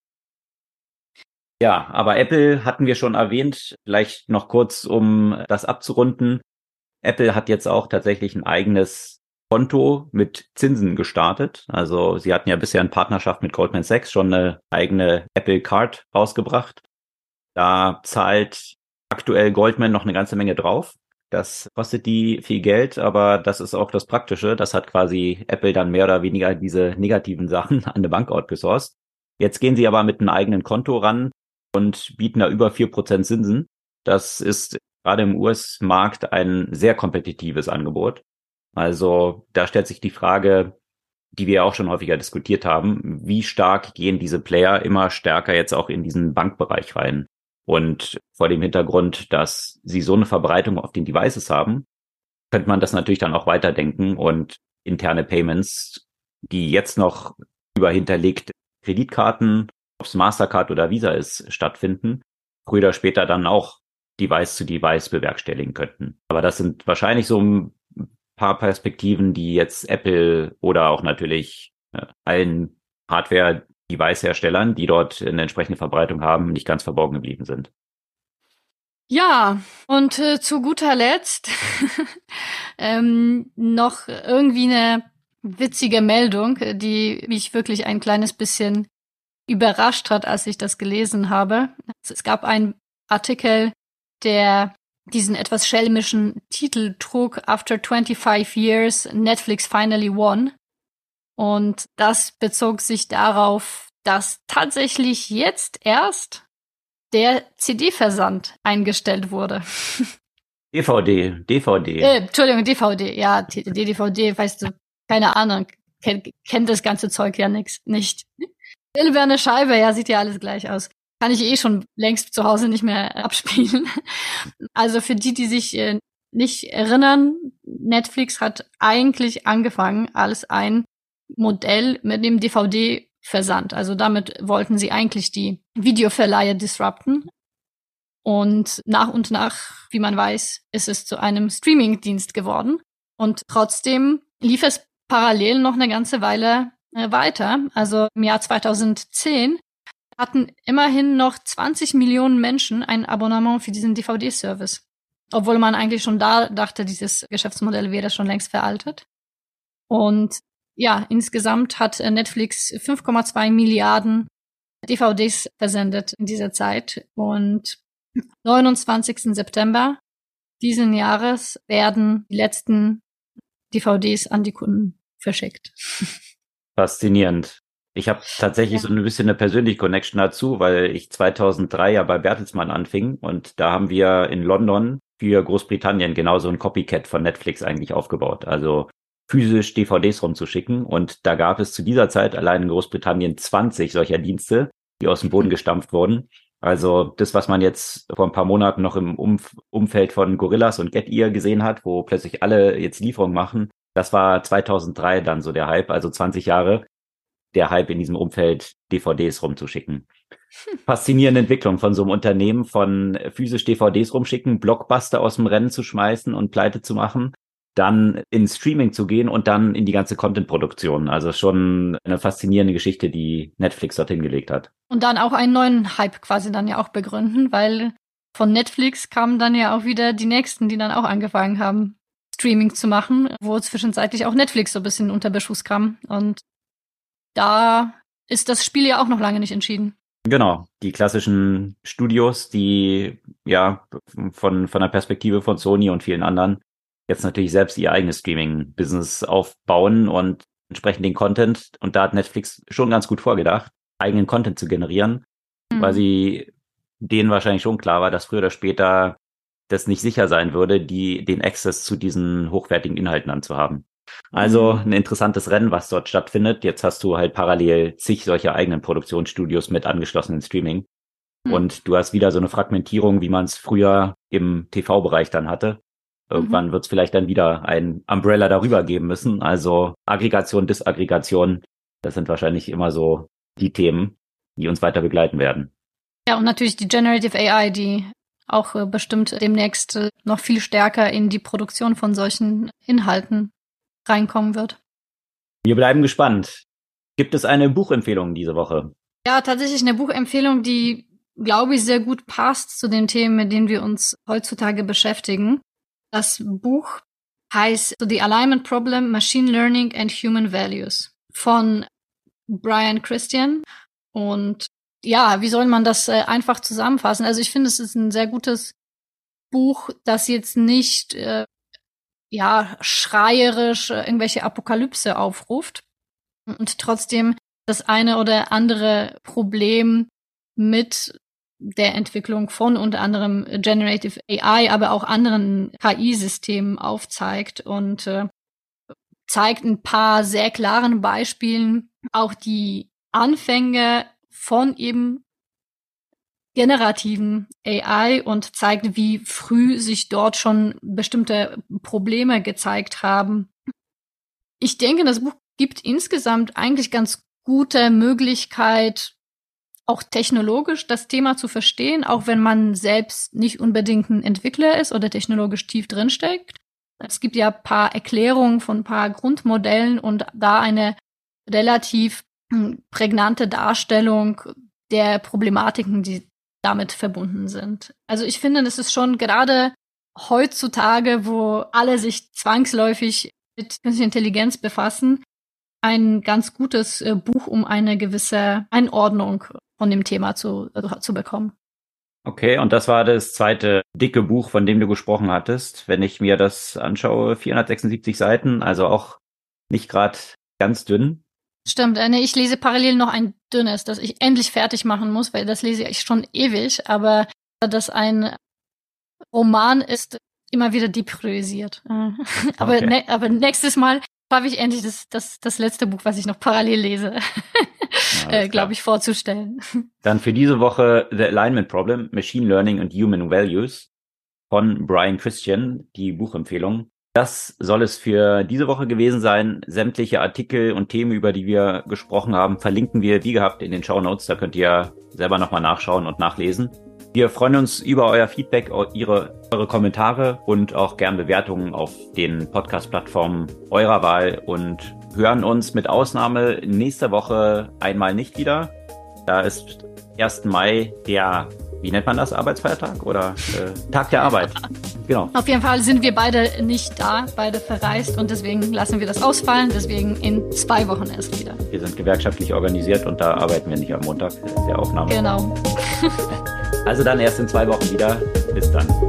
Ja, aber Apple hatten wir schon erwähnt, vielleicht noch kurz, um das abzurunden. Apple hat jetzt auch tatsächlich ein eigenes Konto mit Zinsen gestartet. Also sie hatten ja bisher in Partnerschaft mit Goldman Sachs schon eine eigene Apple Card rausgebracht. Da zahlt aktuell Goldman noch eine ganze Menge drauf. Das kostet die viel Geld, aber das ist auch das Praktische. Das hat quasi Apple dann mehr oder weniger diese negativen Sachen an eine Bank outgesourced. Jetzt gehen sie aber mit einem eigenen Konto ran und bieten da über vier Prozent Zinsen. Das ist gerade im U S-Markt ein sehr kompetitives Angebot. Also da stellt sich die Frage, die wir auch schon häufiger diskutiert haben, wie stark gehen diese Player immer stärker jetzt auch in diesen Bankbereich rein? Und vor dem Hintergrund, dass sie so eine Verbreitung auf den Devices haben, könnte man das natürlich dann auch weiterdenken und interne Payments, die jetzt noch über hinterlegte Kreditkarten, ob es Mastercard oder Visa ist, stattfinden, früher oder später dann auch Device zu Device bewerkstelligen könnten. Aber das sind wahrscheinlich so ein paar Perspektiven, die jetzt Apple oder auch natürlich äh, allen Hardware-Device-Herstellern, die dort eine entsprechende Verbreitung haben, nicht ganz verborgen geblieben sind. Ja, und äh, zu guter Letzt ähm, noch irgendwie eine witzige Meldung, die mich wirklich ein kleines bisschen überrascht hat, als ich das gelesen habe. Es gab einen Artikel, der diesen etwas schelmischen Titel trug, After twenty-five years, Netflix finally won. Und das bezog sich darauf, dass tatsächlich jetzt erst der C D-Versand eingestellt wurde. D V D, D V D. Äh, Entschuldigung, D V D, ja, D V D, weißt du, keine Ahnung, kennt, kennt das ganze Zeug ja nix, nicht. Silberne Scheibe, ja, sieht ja alles gleich aus. Kann ich eh schon längst zu Hause nicht mehr abspielen. Also für die, die sich äh, nicht erinnern, Netflix hat eigentlich angefangen als ein Modell mit dem D V D-Versand. Also damit wollten sie eigentlich die Videoverleihe disrupten. Und nach und nach, wie man weiß, ist es zu einem Streaming-Dienst geworden. Und trotzdem lief es parallel noch eine ganze Weile äh, weiter. Also im Jahr zweitausendzehn hatten immerhin noch zwanzig Millionen Menschen ein Abonnement für diesen D V D-Service. Obwohl man eigentlich schon da dachte, dieses Geschäftsmodell wäre schon längst veraltet. Und ja, insgesamt hat Netflix fünf Komma zwei Milliarden D V Ds versendet in dieser Zeit. Und neunundzwanzigsten September diesen Jahres werden die letzten D V Ds an die Kunden verschickt. Faszinierend. Ich habe tatsächlich Ja. so ein bisschen eine persönliche Connection dazu, weil ich zweitausenddrei ja bei Bertelsmann anfing und da haben wir in London für Großbritannien genauso ein Copycat von Netflix eigentlich aufgebaut. Also physisch D V Ds rumzuschicken und da gab es zu dieser Zeit allein in Großbritannien zwanzig solcher Dienste, die aus dem Boden gestampft wurden. Also das, was man jetzt vor ein paar Monaten noch im Umf- Umfeld von Gorillas und Getir gesehen hat, wo plötzlich alle jetzt Lieferungen machen, Das war zweitausenddrei dann so der Hype, also zwanzig Jahre, der Hype in diesem Umfeld, D V Ds rumzuschicken. Faszinierende Entwicklung von so einem Unternehmen, von physisch D V Ds rumschicken, Blockbuster aus dem Rennen zu schmeißen und pleite zu machen, dann ins Streaming zu gehen und dann in die ganze Content-Produktion. Also schon eine faszinierende Geschichte, die Netflix dorthin gelegt hat. Und dann auch einen neuen Hype quasi dann ja auch begründen, weil von Netflix kamen dann ja auch wieder die Nächsten, die dann auch angefangen haben, Streaming zu machen, wo zwischenzeitlich auch Netflix so ein bisschen unter Beschuss kam. Und da ist das Spiel ja auch noch lange nicht entschieden. Genau, die klassischen Studios, die ja von von der Perspektive von Sony und vielen anderen jetzt natürlich selbst ihr eigenes Streaming-Business aufbauen und entsprechend den Content. Und da hat Netflix schon ganz gut vorgedacht, eigenen Content zu generieren, mhm. weil sie denen wahrscheinlich schon klar war, dass früher oder später das nicht sicher sein würde, die den Access zu diesen hochwertigen Inhalten dann zu haben. Also ein interessantes Rennen, was dort stattfindet. Jetzt hast du halt parallel zig solcher eigenen Produktionsstudios mit angeschlossenen Streaming. Mhm. Und du hast wieder so eine Fragmentierung, wie man es früher im T V-Bereich dann hatte. Irgendwann mhm. wird es vielleicht dann wieder ein Umbrella darüber geben müssen. Also Aggregation, Disaggregation, das sind wahrscheinlich immer so die Themen, die uns weiter begleiten werden. Ja, und natürlich die Generative A I, die auch äh, bestimmt demnächst äh, noch viel stärker in die Produktion von solchen Inhalten reinkommen wird. Wir bleiben gespannt. Gibt es eine Buchempfehlung diese Woche? Ja, tatsächlich eine Buchempfehlung, die, glaube ich, sehr gut passt zu den Themen, mit denen wir uns heutzutage beschäftigen. Das Buch heißt The Alignment Problem, Machine Learning and Human Values von Brian Christian. Und ja, wie soll man das äh, einfach zusammenfassen? Also ich finde, es ist ein sehr gutes Buch, das jetzt nicht äh, ja schreierisch äh, irgendwelche Apokalypse aufruft und trotzdem das eine oder andere Problem mit der Entwicklung von unter anderem Generative A I, aber auch anderen K I-Systemen aufzeigt und äh, zeigt ein paar sehr klaren Beispielen auch die Anfänge von eben generativen A I und zeigt, wie früh sich dort schon bestimmte Probleme gezeigt haben. Ich denke, das Buch gibt insgesamt eigentlich ganz gute Möglichkeit, auch technologisch das Thema zu verstehen, auch wenn man selbst nicht unbedingt ein Entwickler ist oder technologisch tief drinsteckt. Es gibt ja ein paar Erklärungen von ein paar Grundmodellen und da eine relativ prägnante Darstellung der Problematiken, die damit verbunden sind. Also ich finde, das ist schon gerade heutzutage, wo alle sich zwangsläufig mit künstlicher Intelligenz befassen, ein ganz gutes äh, Buch, um eine gewisse Einordnung von dem Thema zu, äh, zu bekommen. Okay, und das war das zweite dicke Buch, von dem du gesprochen hattest. Wenn ich mir das anschaue, vierhundertsechsundsiebzig Seiten, also auch nicht gerade ganz dünn. Stimmt, äh, nee, ich lese parallel noch ein dünnes, das ich endlich fertig machen muss, weil das lese ich schon ewig, aber das ein Roman ist, immer wieder depriorisiert. Äh, aber, okay. ne, aber nächstes Mal habe ich endlich das, das, das letzte Buch, was ich noch parallel lese, äh, glaube ich, vorzustellen. Dann für diese Woche The Alignment Problem, Machine Learning and Human Values von Brian Christian, die Buchempfehlung. Das soll es für diese Woche gewesen sein. Sämtliche Artikel und Themen, über die wir gesprochen haben, verlinken wir wie gehabt in den Shownotes. Da könnt ihr selber nochmal nachschauen und nachlesen. Wir freuen uns über euer Feedback, eure, eure Kommentare und auch gern Bewertungen auf den Podcast-Plattformen eurer Wahl und hören uns mit Ausnahme nächste Woche einmal nicht wieder. Da ist ersten Mai der, wie nennt man das, Arbeitsfeiertag oder äh, Tag der Arbeit. Genau. Auf jeden Fall sind wir beide nicht da, beide verreist und deswegen lassen wir das ausfallen. Deswegen in zwei Wochen erst wieder. Wir sind gewerkschaftlich organisiert und da arbeiten wir nicht am Montag der Aufnahme. Genau. Also dann erst in zwei Wochen wieder. Bis dann.